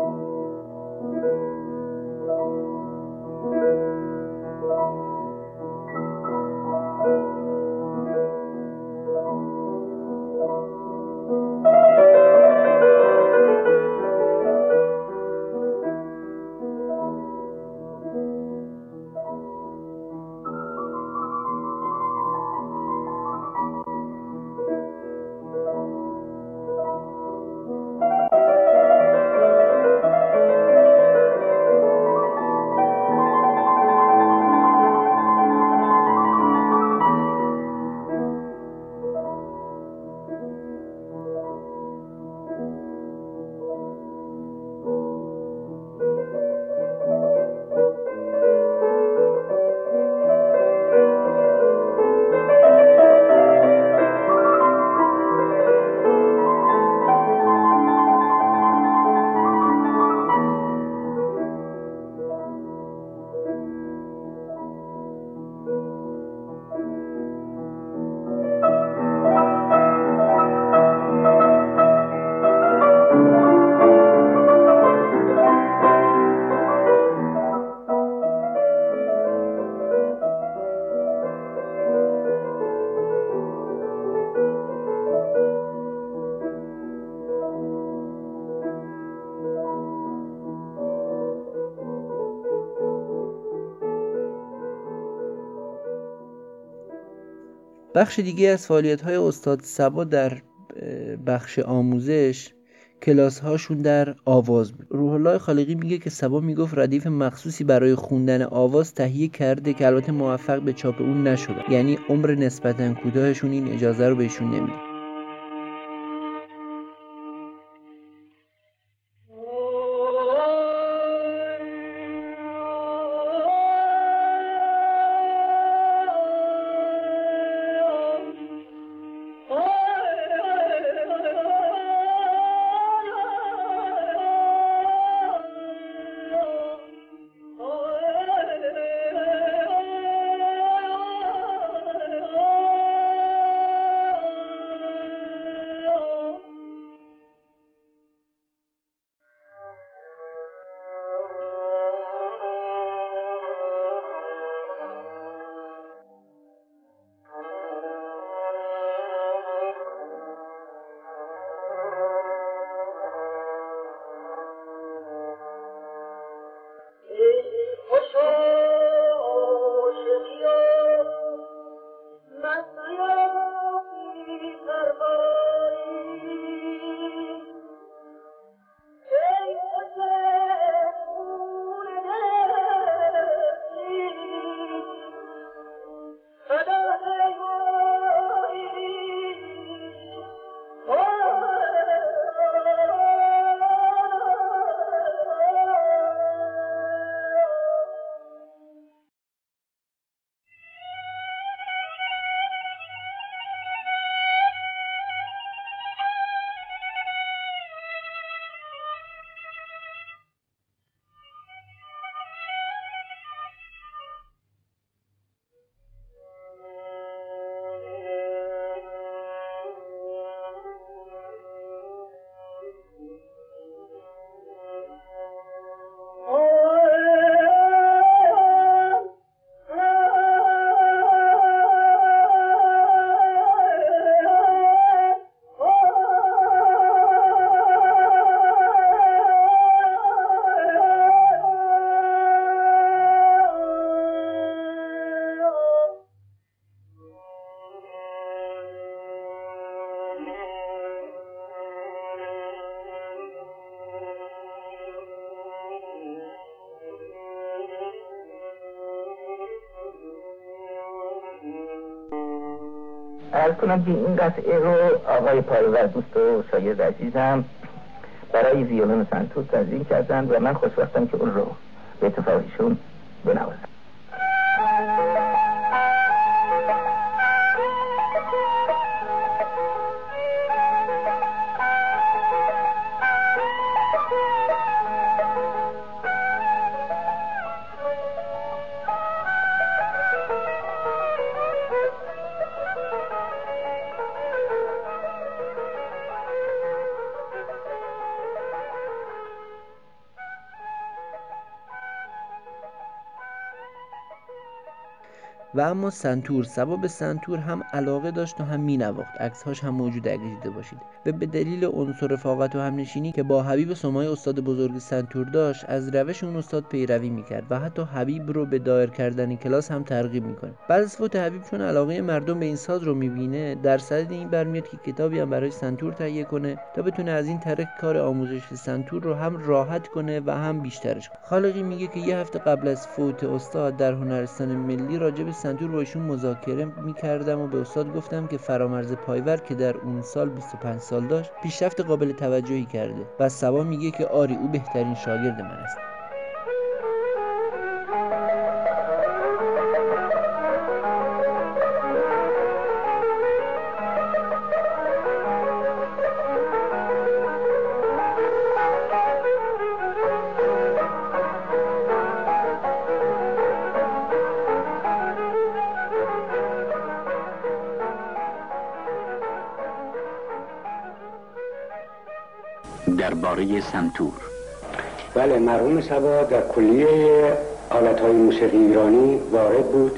بخش دیگه از فعالیت‌های استاد صبا در بخش آموزش کلاس هاشون در آواز بود. روح الله خالقی میگه که صبا میگفت ردیف مخصوصی برای خوندن آواز تهیه کرده که البته موفق به چاپ اون نشده، یعنی عمر نسبتاً کوتاهشون این اجازه رو بهشون نمیده. عرض کنم که این قطعه رو آقای پارور دوست و شاگرد عزیزم برای ویولون و سنتور تنظیم کردن و من خوشبختم که اون رو به اتفاقشون بنوازم. و اما سنتور، سبا به سنتور هم علاقه داشت و هم مینواخت. عکس‌هاش هم موجود اگه دیده باشید. و به دلیل عنصر رفاقت و همنشینی که با حبیب سمای استاد بزرگ سنتور داشت، از روش اون استاد پیروی میکرد و حتی حبیب رو به دایر کردن کلاس هم ترغیب میکنه. بعد از فوت حبیب چون علاقه مردم به این ساز رو میبینه، در صدد این برمیاد که کتابی هم برای سنتور تهیه کنه تا بتونه از این طریق کار آموزش سنتور رو هم راحت کنه و هم بیشترش کنه. خالقی میگه که یه هفته قبل از فوت استاد در هنرستان ملی راجع به سنتور با ایشون مذاکره میکردم و به استاد گفتم که فرامرز پایور که در اون سال بیست و پنج سال داشت پیشرفت قابل توجهی کرده. و سبا میگه که آری او بهترین شاگرد من است. درباره سنتور. بله، مرحوم سبا در کلیه آلت‌های موسیقی ایرانی وارد بود،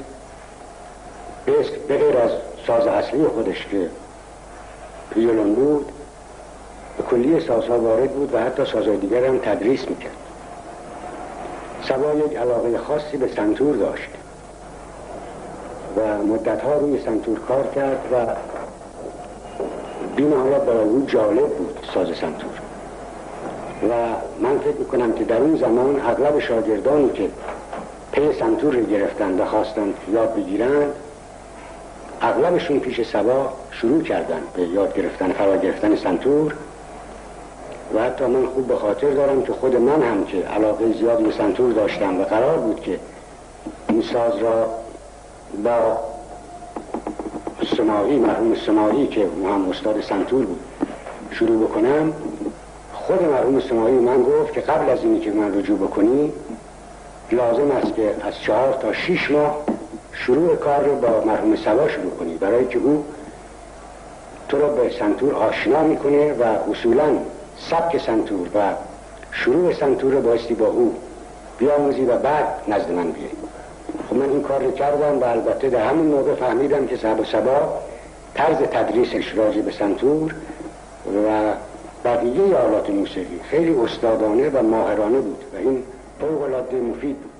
به غیر از ساز اصلی خودش که ویولن بود، به کلیه سازها وارد بود و حتی سازهای دیگر هم تدریس میکرد. سبا یک علاقه خاصی به سنتور داشت و مدتها روی سنتور کار کرد و بی‌نهایت برای او جالب بود ساز سنتور. و من فکر میکنم که در اون زمان اغلب شاگردانی که پی سنتور رو گرفتن و خواستن یاد بگیرن، اغلبشون پیش سبا شروع کردن به یاد گرفتن، فرا گرفتن سنتور. و حتی من خوب به خاطر دارم که خود من هم که علاقه زیادی به سنتور داشتم و قرار بود که این ساز را با سماعی، مرحوم سماعی که او هم استاد سنتور بود، شروع بکنم، خود مرحوم سماعی من گفت که قبل از اینی که من رجوع بکنی لازم است که از چهار تا شیش ماه شروع کار رو با مرحوم سبا شروع کنی، برای که او تو رو به سنتور آشنا میکنه و اصولاً سبک سنتور و شروع سنتور رو بایستی با او بیاموزی و بعد نزد من بیایی. خب من این کار رو کردم و البته در همون موقع فهمیدم که سبا سبا طرز تدریسش راجع به سنتور و بقیه آلات موسیقی خیلی استادانه و ماهرانه بود و این فوق‌العاده مفید بود.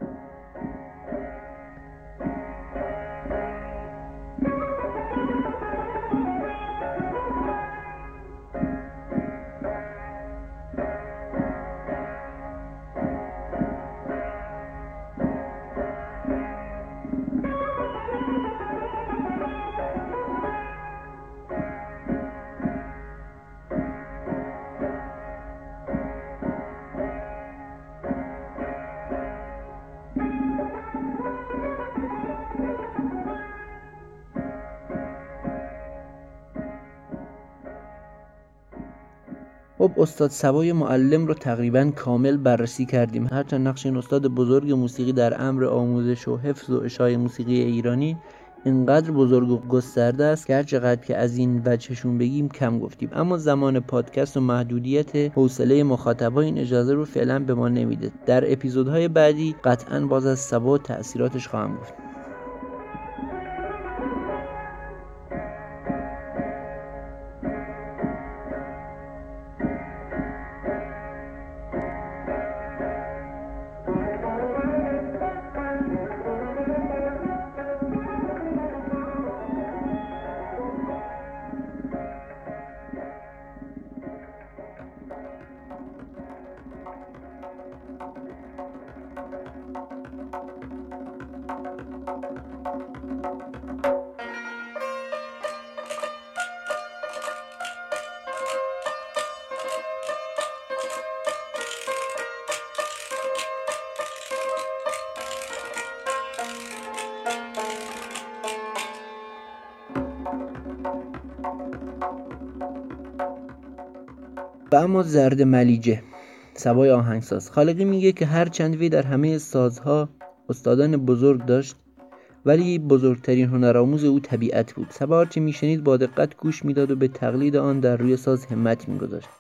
خب استاد سبای معلم رو تقریبا کامل بررسی کردیم. هرچند نقش این استاد بزرگ موسیقی در امر آموزش و حفظ و اشاعه موسیقی ایرانی اینقدر بزرگ و گسترده است که هر چقدر که از این وجهشون بگیم کم گفتیم، اما زمان پادکست و محدودیت حوصله مخاطبا این اجازه رو فعلا به ما نمیده. در اپیزودهای بعدی قطعاً باز از سبا و تأثیراتش خواهم گفت. و اما زرد ملیجه، سبای آهنگساز. خالقی میگه که هر چند وی در همه سازها استادان بزرگ داشت، ولی بزرگترین هنرآموز او طبیعت بود. سبا هرچه میشنید با دقت گوش میداد و به تقلید آن در روی ساز همت میگذاشت.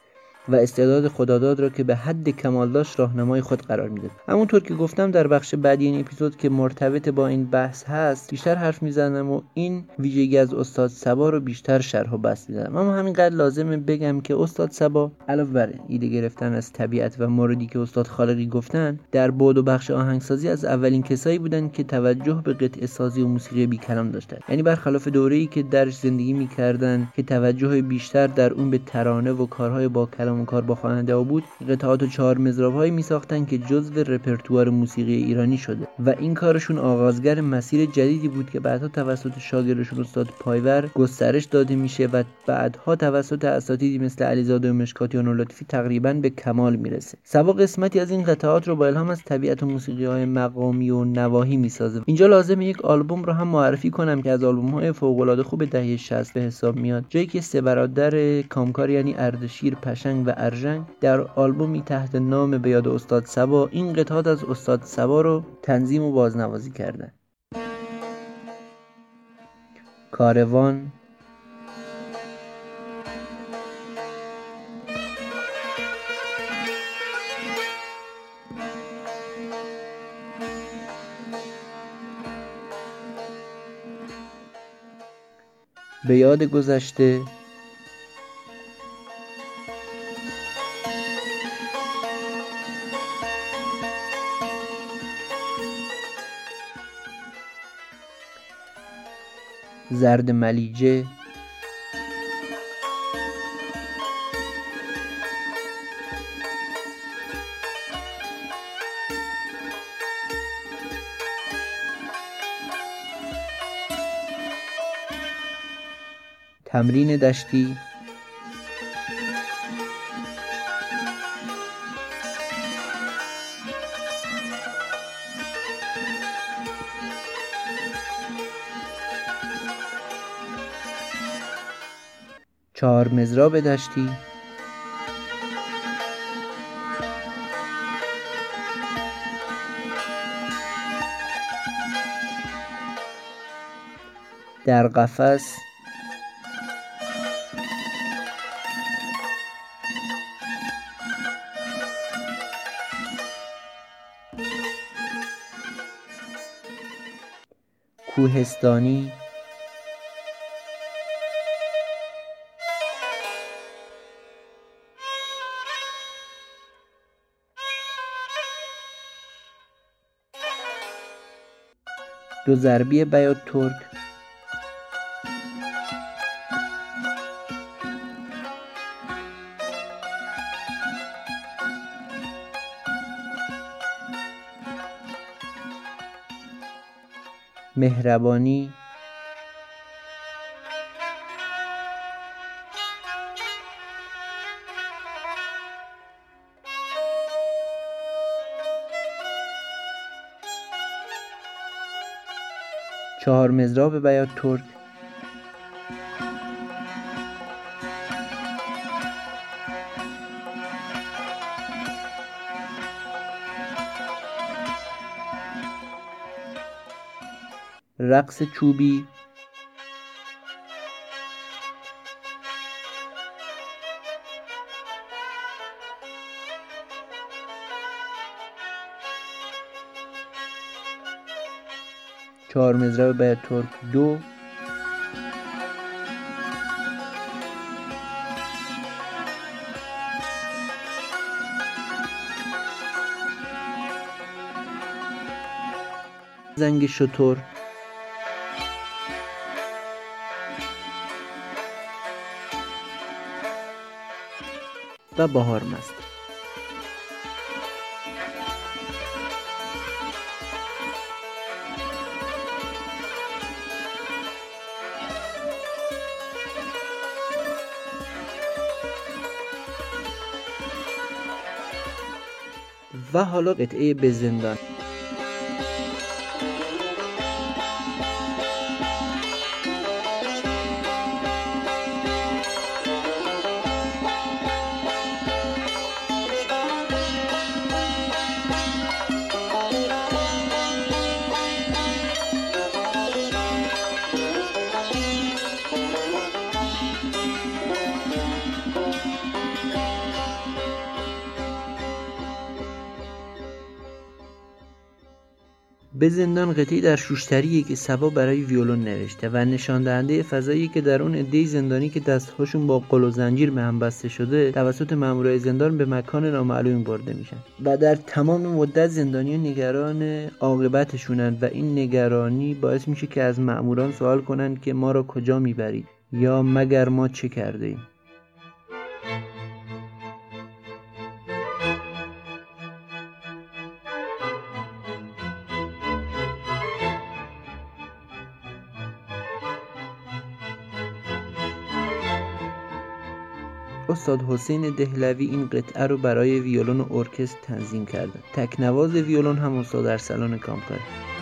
و استعداد خداداد را که به حد کمال داشت راهنمای خود قرار میداد. همونطور که گفتم در بخش بعدی این اپیزود که مرتبط با این بحث هست بیشتر حرف میزنم و این ویژگی از استاد صبا رو بیشتر شرح و بسط میدم. اما همینقدر لازمه بگم که استاد صبا علاوه بر ایده گرفتن از طبیعت و موردی که استاد خالقی گفتن، در بعد و بخش آهنگسازی از اولین کسایی بودن که توجه به قطعه سازی و موسیقی بی کلام داشتن. یعنی برخلاف دوره‌ای که درش زندگی میکردن که توجه بیشتر در اون به ترانه و کارهای با کلام و کار با خواننده ها بود، قطعات و چهار مضراب‌هایی میساختن که جزو رپرتوار موسیقی ایرانی شده و این کارشون آغازگر مسیر جدیدی بود که بعدها توسط شاگردشون استاد پایور گسترش داده میشه و بعدها توسط اساتیدی مثل علیزاده و مشکاتیان و لطفی تقریباً به کمال میرسه. صبا قسمتی از این قطعات رو با الهام از طبیعت و موسیقی‌های مقامی و نواحی میسازه. اینجا لازمه یک آلبوم رو هم معرفی کنم که از آلبوم‌های فوق‌العاده خوب دهه شصت به حساب میاد، جایی که سه برادر کامکار یعنی اردشیر، پشنگ و ارژنگ در آلبومی تحت نام به یاد استاد صبا این قطعات از استاد صبا رو تنظیم و بازنوازی کردن. کاروان، به یاد گذشته، زرد ملیجه، تمرین دشتی، چهار مضراب دشتی، در قفس، کوهستانی، دو ضربی بیات ترک، مهربانی، چهار مضراب بیات ترک، رقص چوبی، چهار مضرب بیات ترک دو، زنگ شتر، و بهار مست. و حالا قطعه به زندان. به زندان قطعی در شوشتریه که صبا برای ویولون نوشته و نشان دهنده فضایی که در اون عده زندانی که دستهاشون با قل و زنجیر به هم بسته شده توسط مامورای زندان به مکان نامعلومی برده میشن و در تمام مدت زندانیان نگران عاقبتشونن و این نگرانی باعث میشه که از ماموران سوال کنن که ما را کجا میبرید یا مگر ما چه کرده ایم. استاد حسین دهلوی این قطعه رو برای ویولون و ارکستر تنظیم کرده. تکنواز ویولون هم استاد ارسلان کامکاری.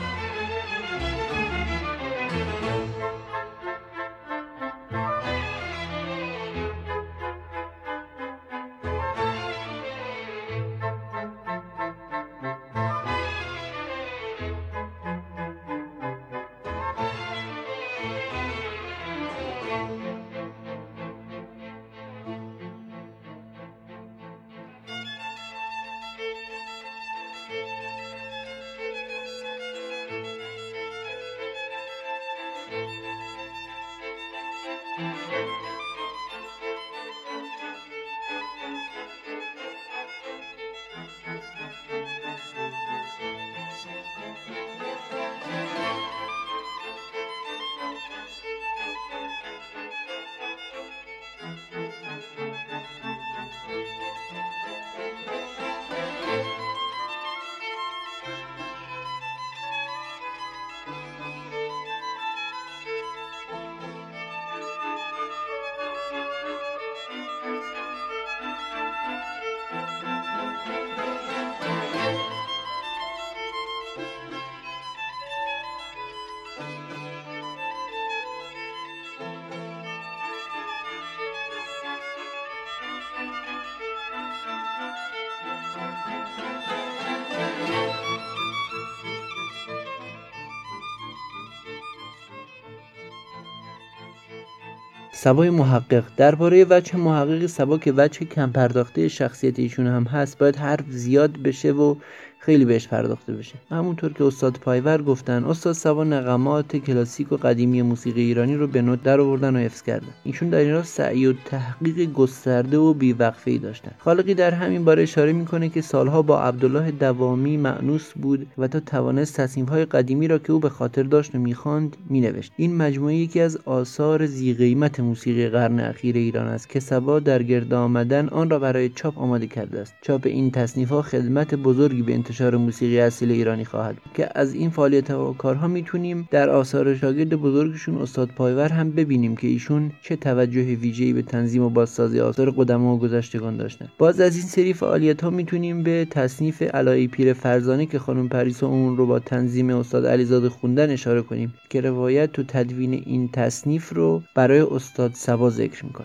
صبای محقق. درباره وجه محقق صبا که وجه کم پرداخته شخصیت ایشون هم هست باید حرف زیاد بشه و خیلی بهش پرداخته بشه. همونطور که استاد پایور گفتن، استاد صبا نغمات کلاسیک و قدیمی موسیقی ایرانی رو به نوت در آوردن و حفظ کردن. ایشون در این راه سعی و تحقیق گسترده و بی‌وقفه‌ای داشتن. خالقی در همین باره اشاره میکنه که سالها با عبدالله دوامی مأنوس بود و تا توانست تصنیف‌های قدیمی را که او به خاطر داشت و می‌خواند مینوشت. این مجموعه یکی از آثار ذی‌قیمت موسیقی قرن اخیر ایران است که صبا در گرد آمدن آن را برای چاپ آماده کرده است. چاپ این تصنیف‌ها خدمت بزرگی به انتشار موسیقی اصیل ایرانی خواهد بود که از این فعالیت و کارها میتونیم در آثار شاگرد بزرگشون استاد پایور هم ببینیم که ایشون چه توجه ویژه‌ای به تنظیم و بازسازی آثار قدما و گذشتگان داشتن. باز از این سری فعالیت‌ها میتونیم به تصنیف علای پیر فرزانه که خانم پریسا اون رو با تنظیم استاد علیزاده خوندن اشاره کنیم که روایت و تدوین این تصنیف رو برای استاد صبا ذکر میکنه.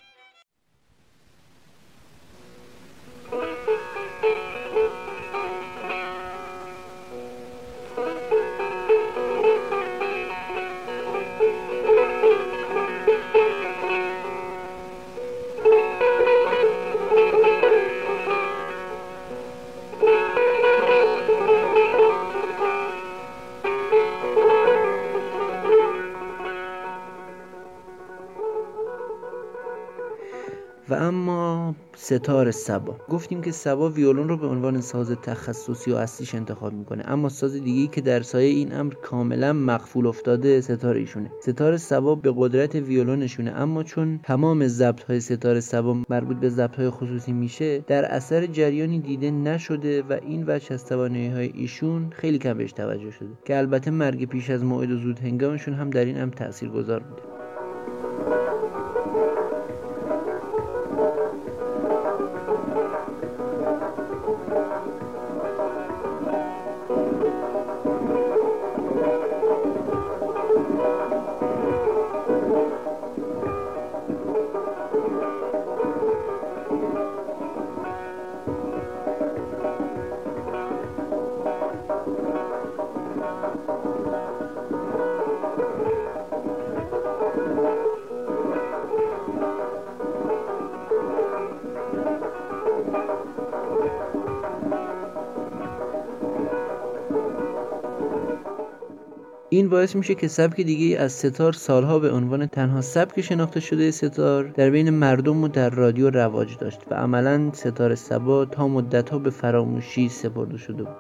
و اما ستار صبا. گفتیم که صبا ویولون رو به عنوان ساز تخصصی و اصلیش انتخاب میکنه، اما ساز دیگه‌ای که در سایه این امر کاملا مغفول افتاده ستار ایشونه. ستار صبا به قدرت ویولونشونه، اما چون تمام ضبط‌های ستار صبا مربوط به ضبط‌های خصوصی میشه، در اثر جریانی دیده نشده و این وجه از توانایی‌های ایشون خیلی کم بهش توجه شده که البته مرگ پیش از موعد و زود هنگامشون هم در این امر تاثیرگذار بوده. این باعث میشه که سبک دیگه از ستار سالها به عنوان تنها سبک شناخته شده ستار در بین مردم و در رادیو رواج داشت و عملاً ستار صبا تا مدت‌ها به فراموشی سپرده شده بود.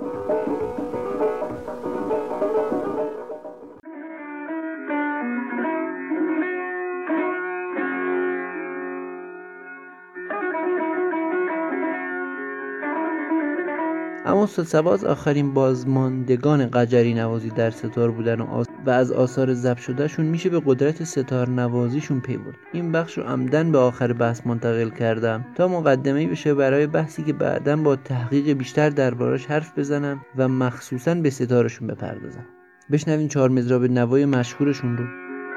اما استاد صبا از آخرین بازماندگان قجری نوازی در ستار بودن و, آس... و از آثار ضبط شدهشون میشه به قدرت ستار نوازیشون پی برد. این بخش رو عمدن به آخر بحث منتقل کردم تا مقدمه‌ای بشه برای بحثی که بعداً با تحقیق بیشتر دربارش حرف بزنم و مخصوصاً به ستارشون بپردازم. بشنوین چهار مضراب نوای مشهورشون رو.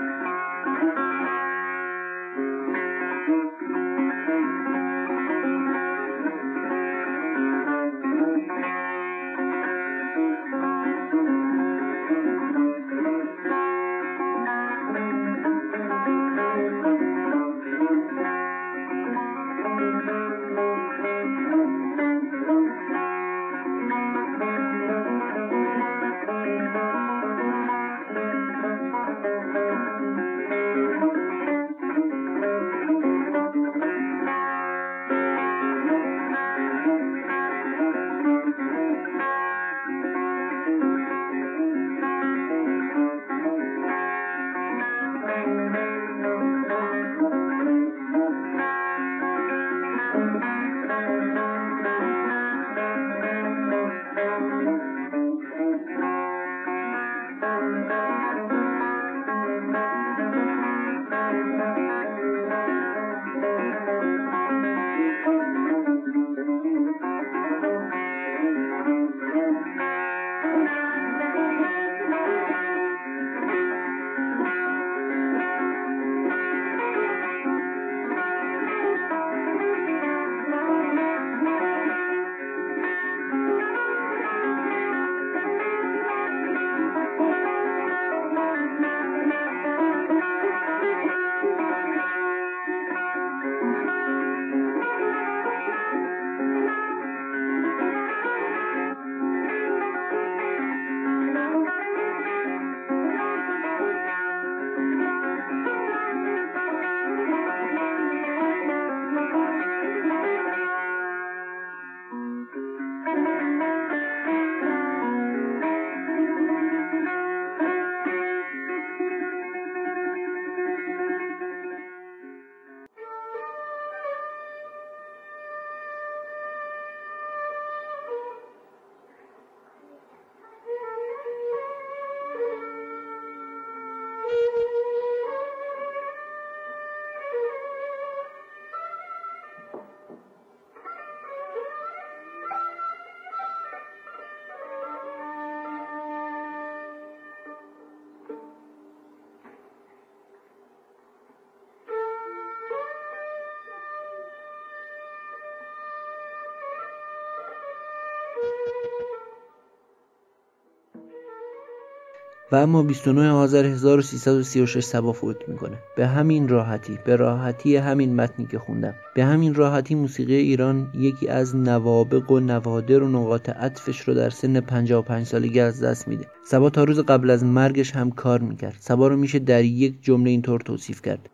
و اما بیست و نه آذر هزار و سیصد و سی و شش صبا فوت میکنه. به همین راحتی، به راحتی همین متنی که خوندم، به همین راحتی موسیقی ایران یکی از نوابغ و نوادر و نقاط عطفش رو در سن پنجاه و پنج سالگی از دست میده. صبا تا روز قبل از مرگش هم کار میکرد. صبا رو میشه در یک جمله اینطور توصیف کرد: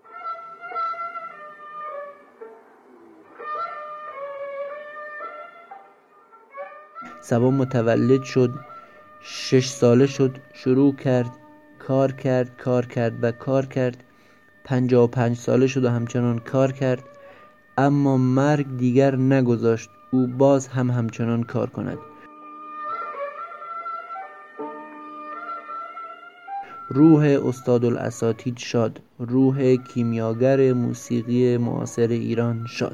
صبا متولد شد، شش ساله شد، شروع کرد، کار کرد، کار کرد و کار کرد، پنجاه و پنج ساله شد و همچنان کار کرد، اما مرگ دیگر نگذاشت او باز هم همچنان کار کند. روح استادالاساتید شاد، روح کیمیاگر موسیقی معاصر ایران شاد.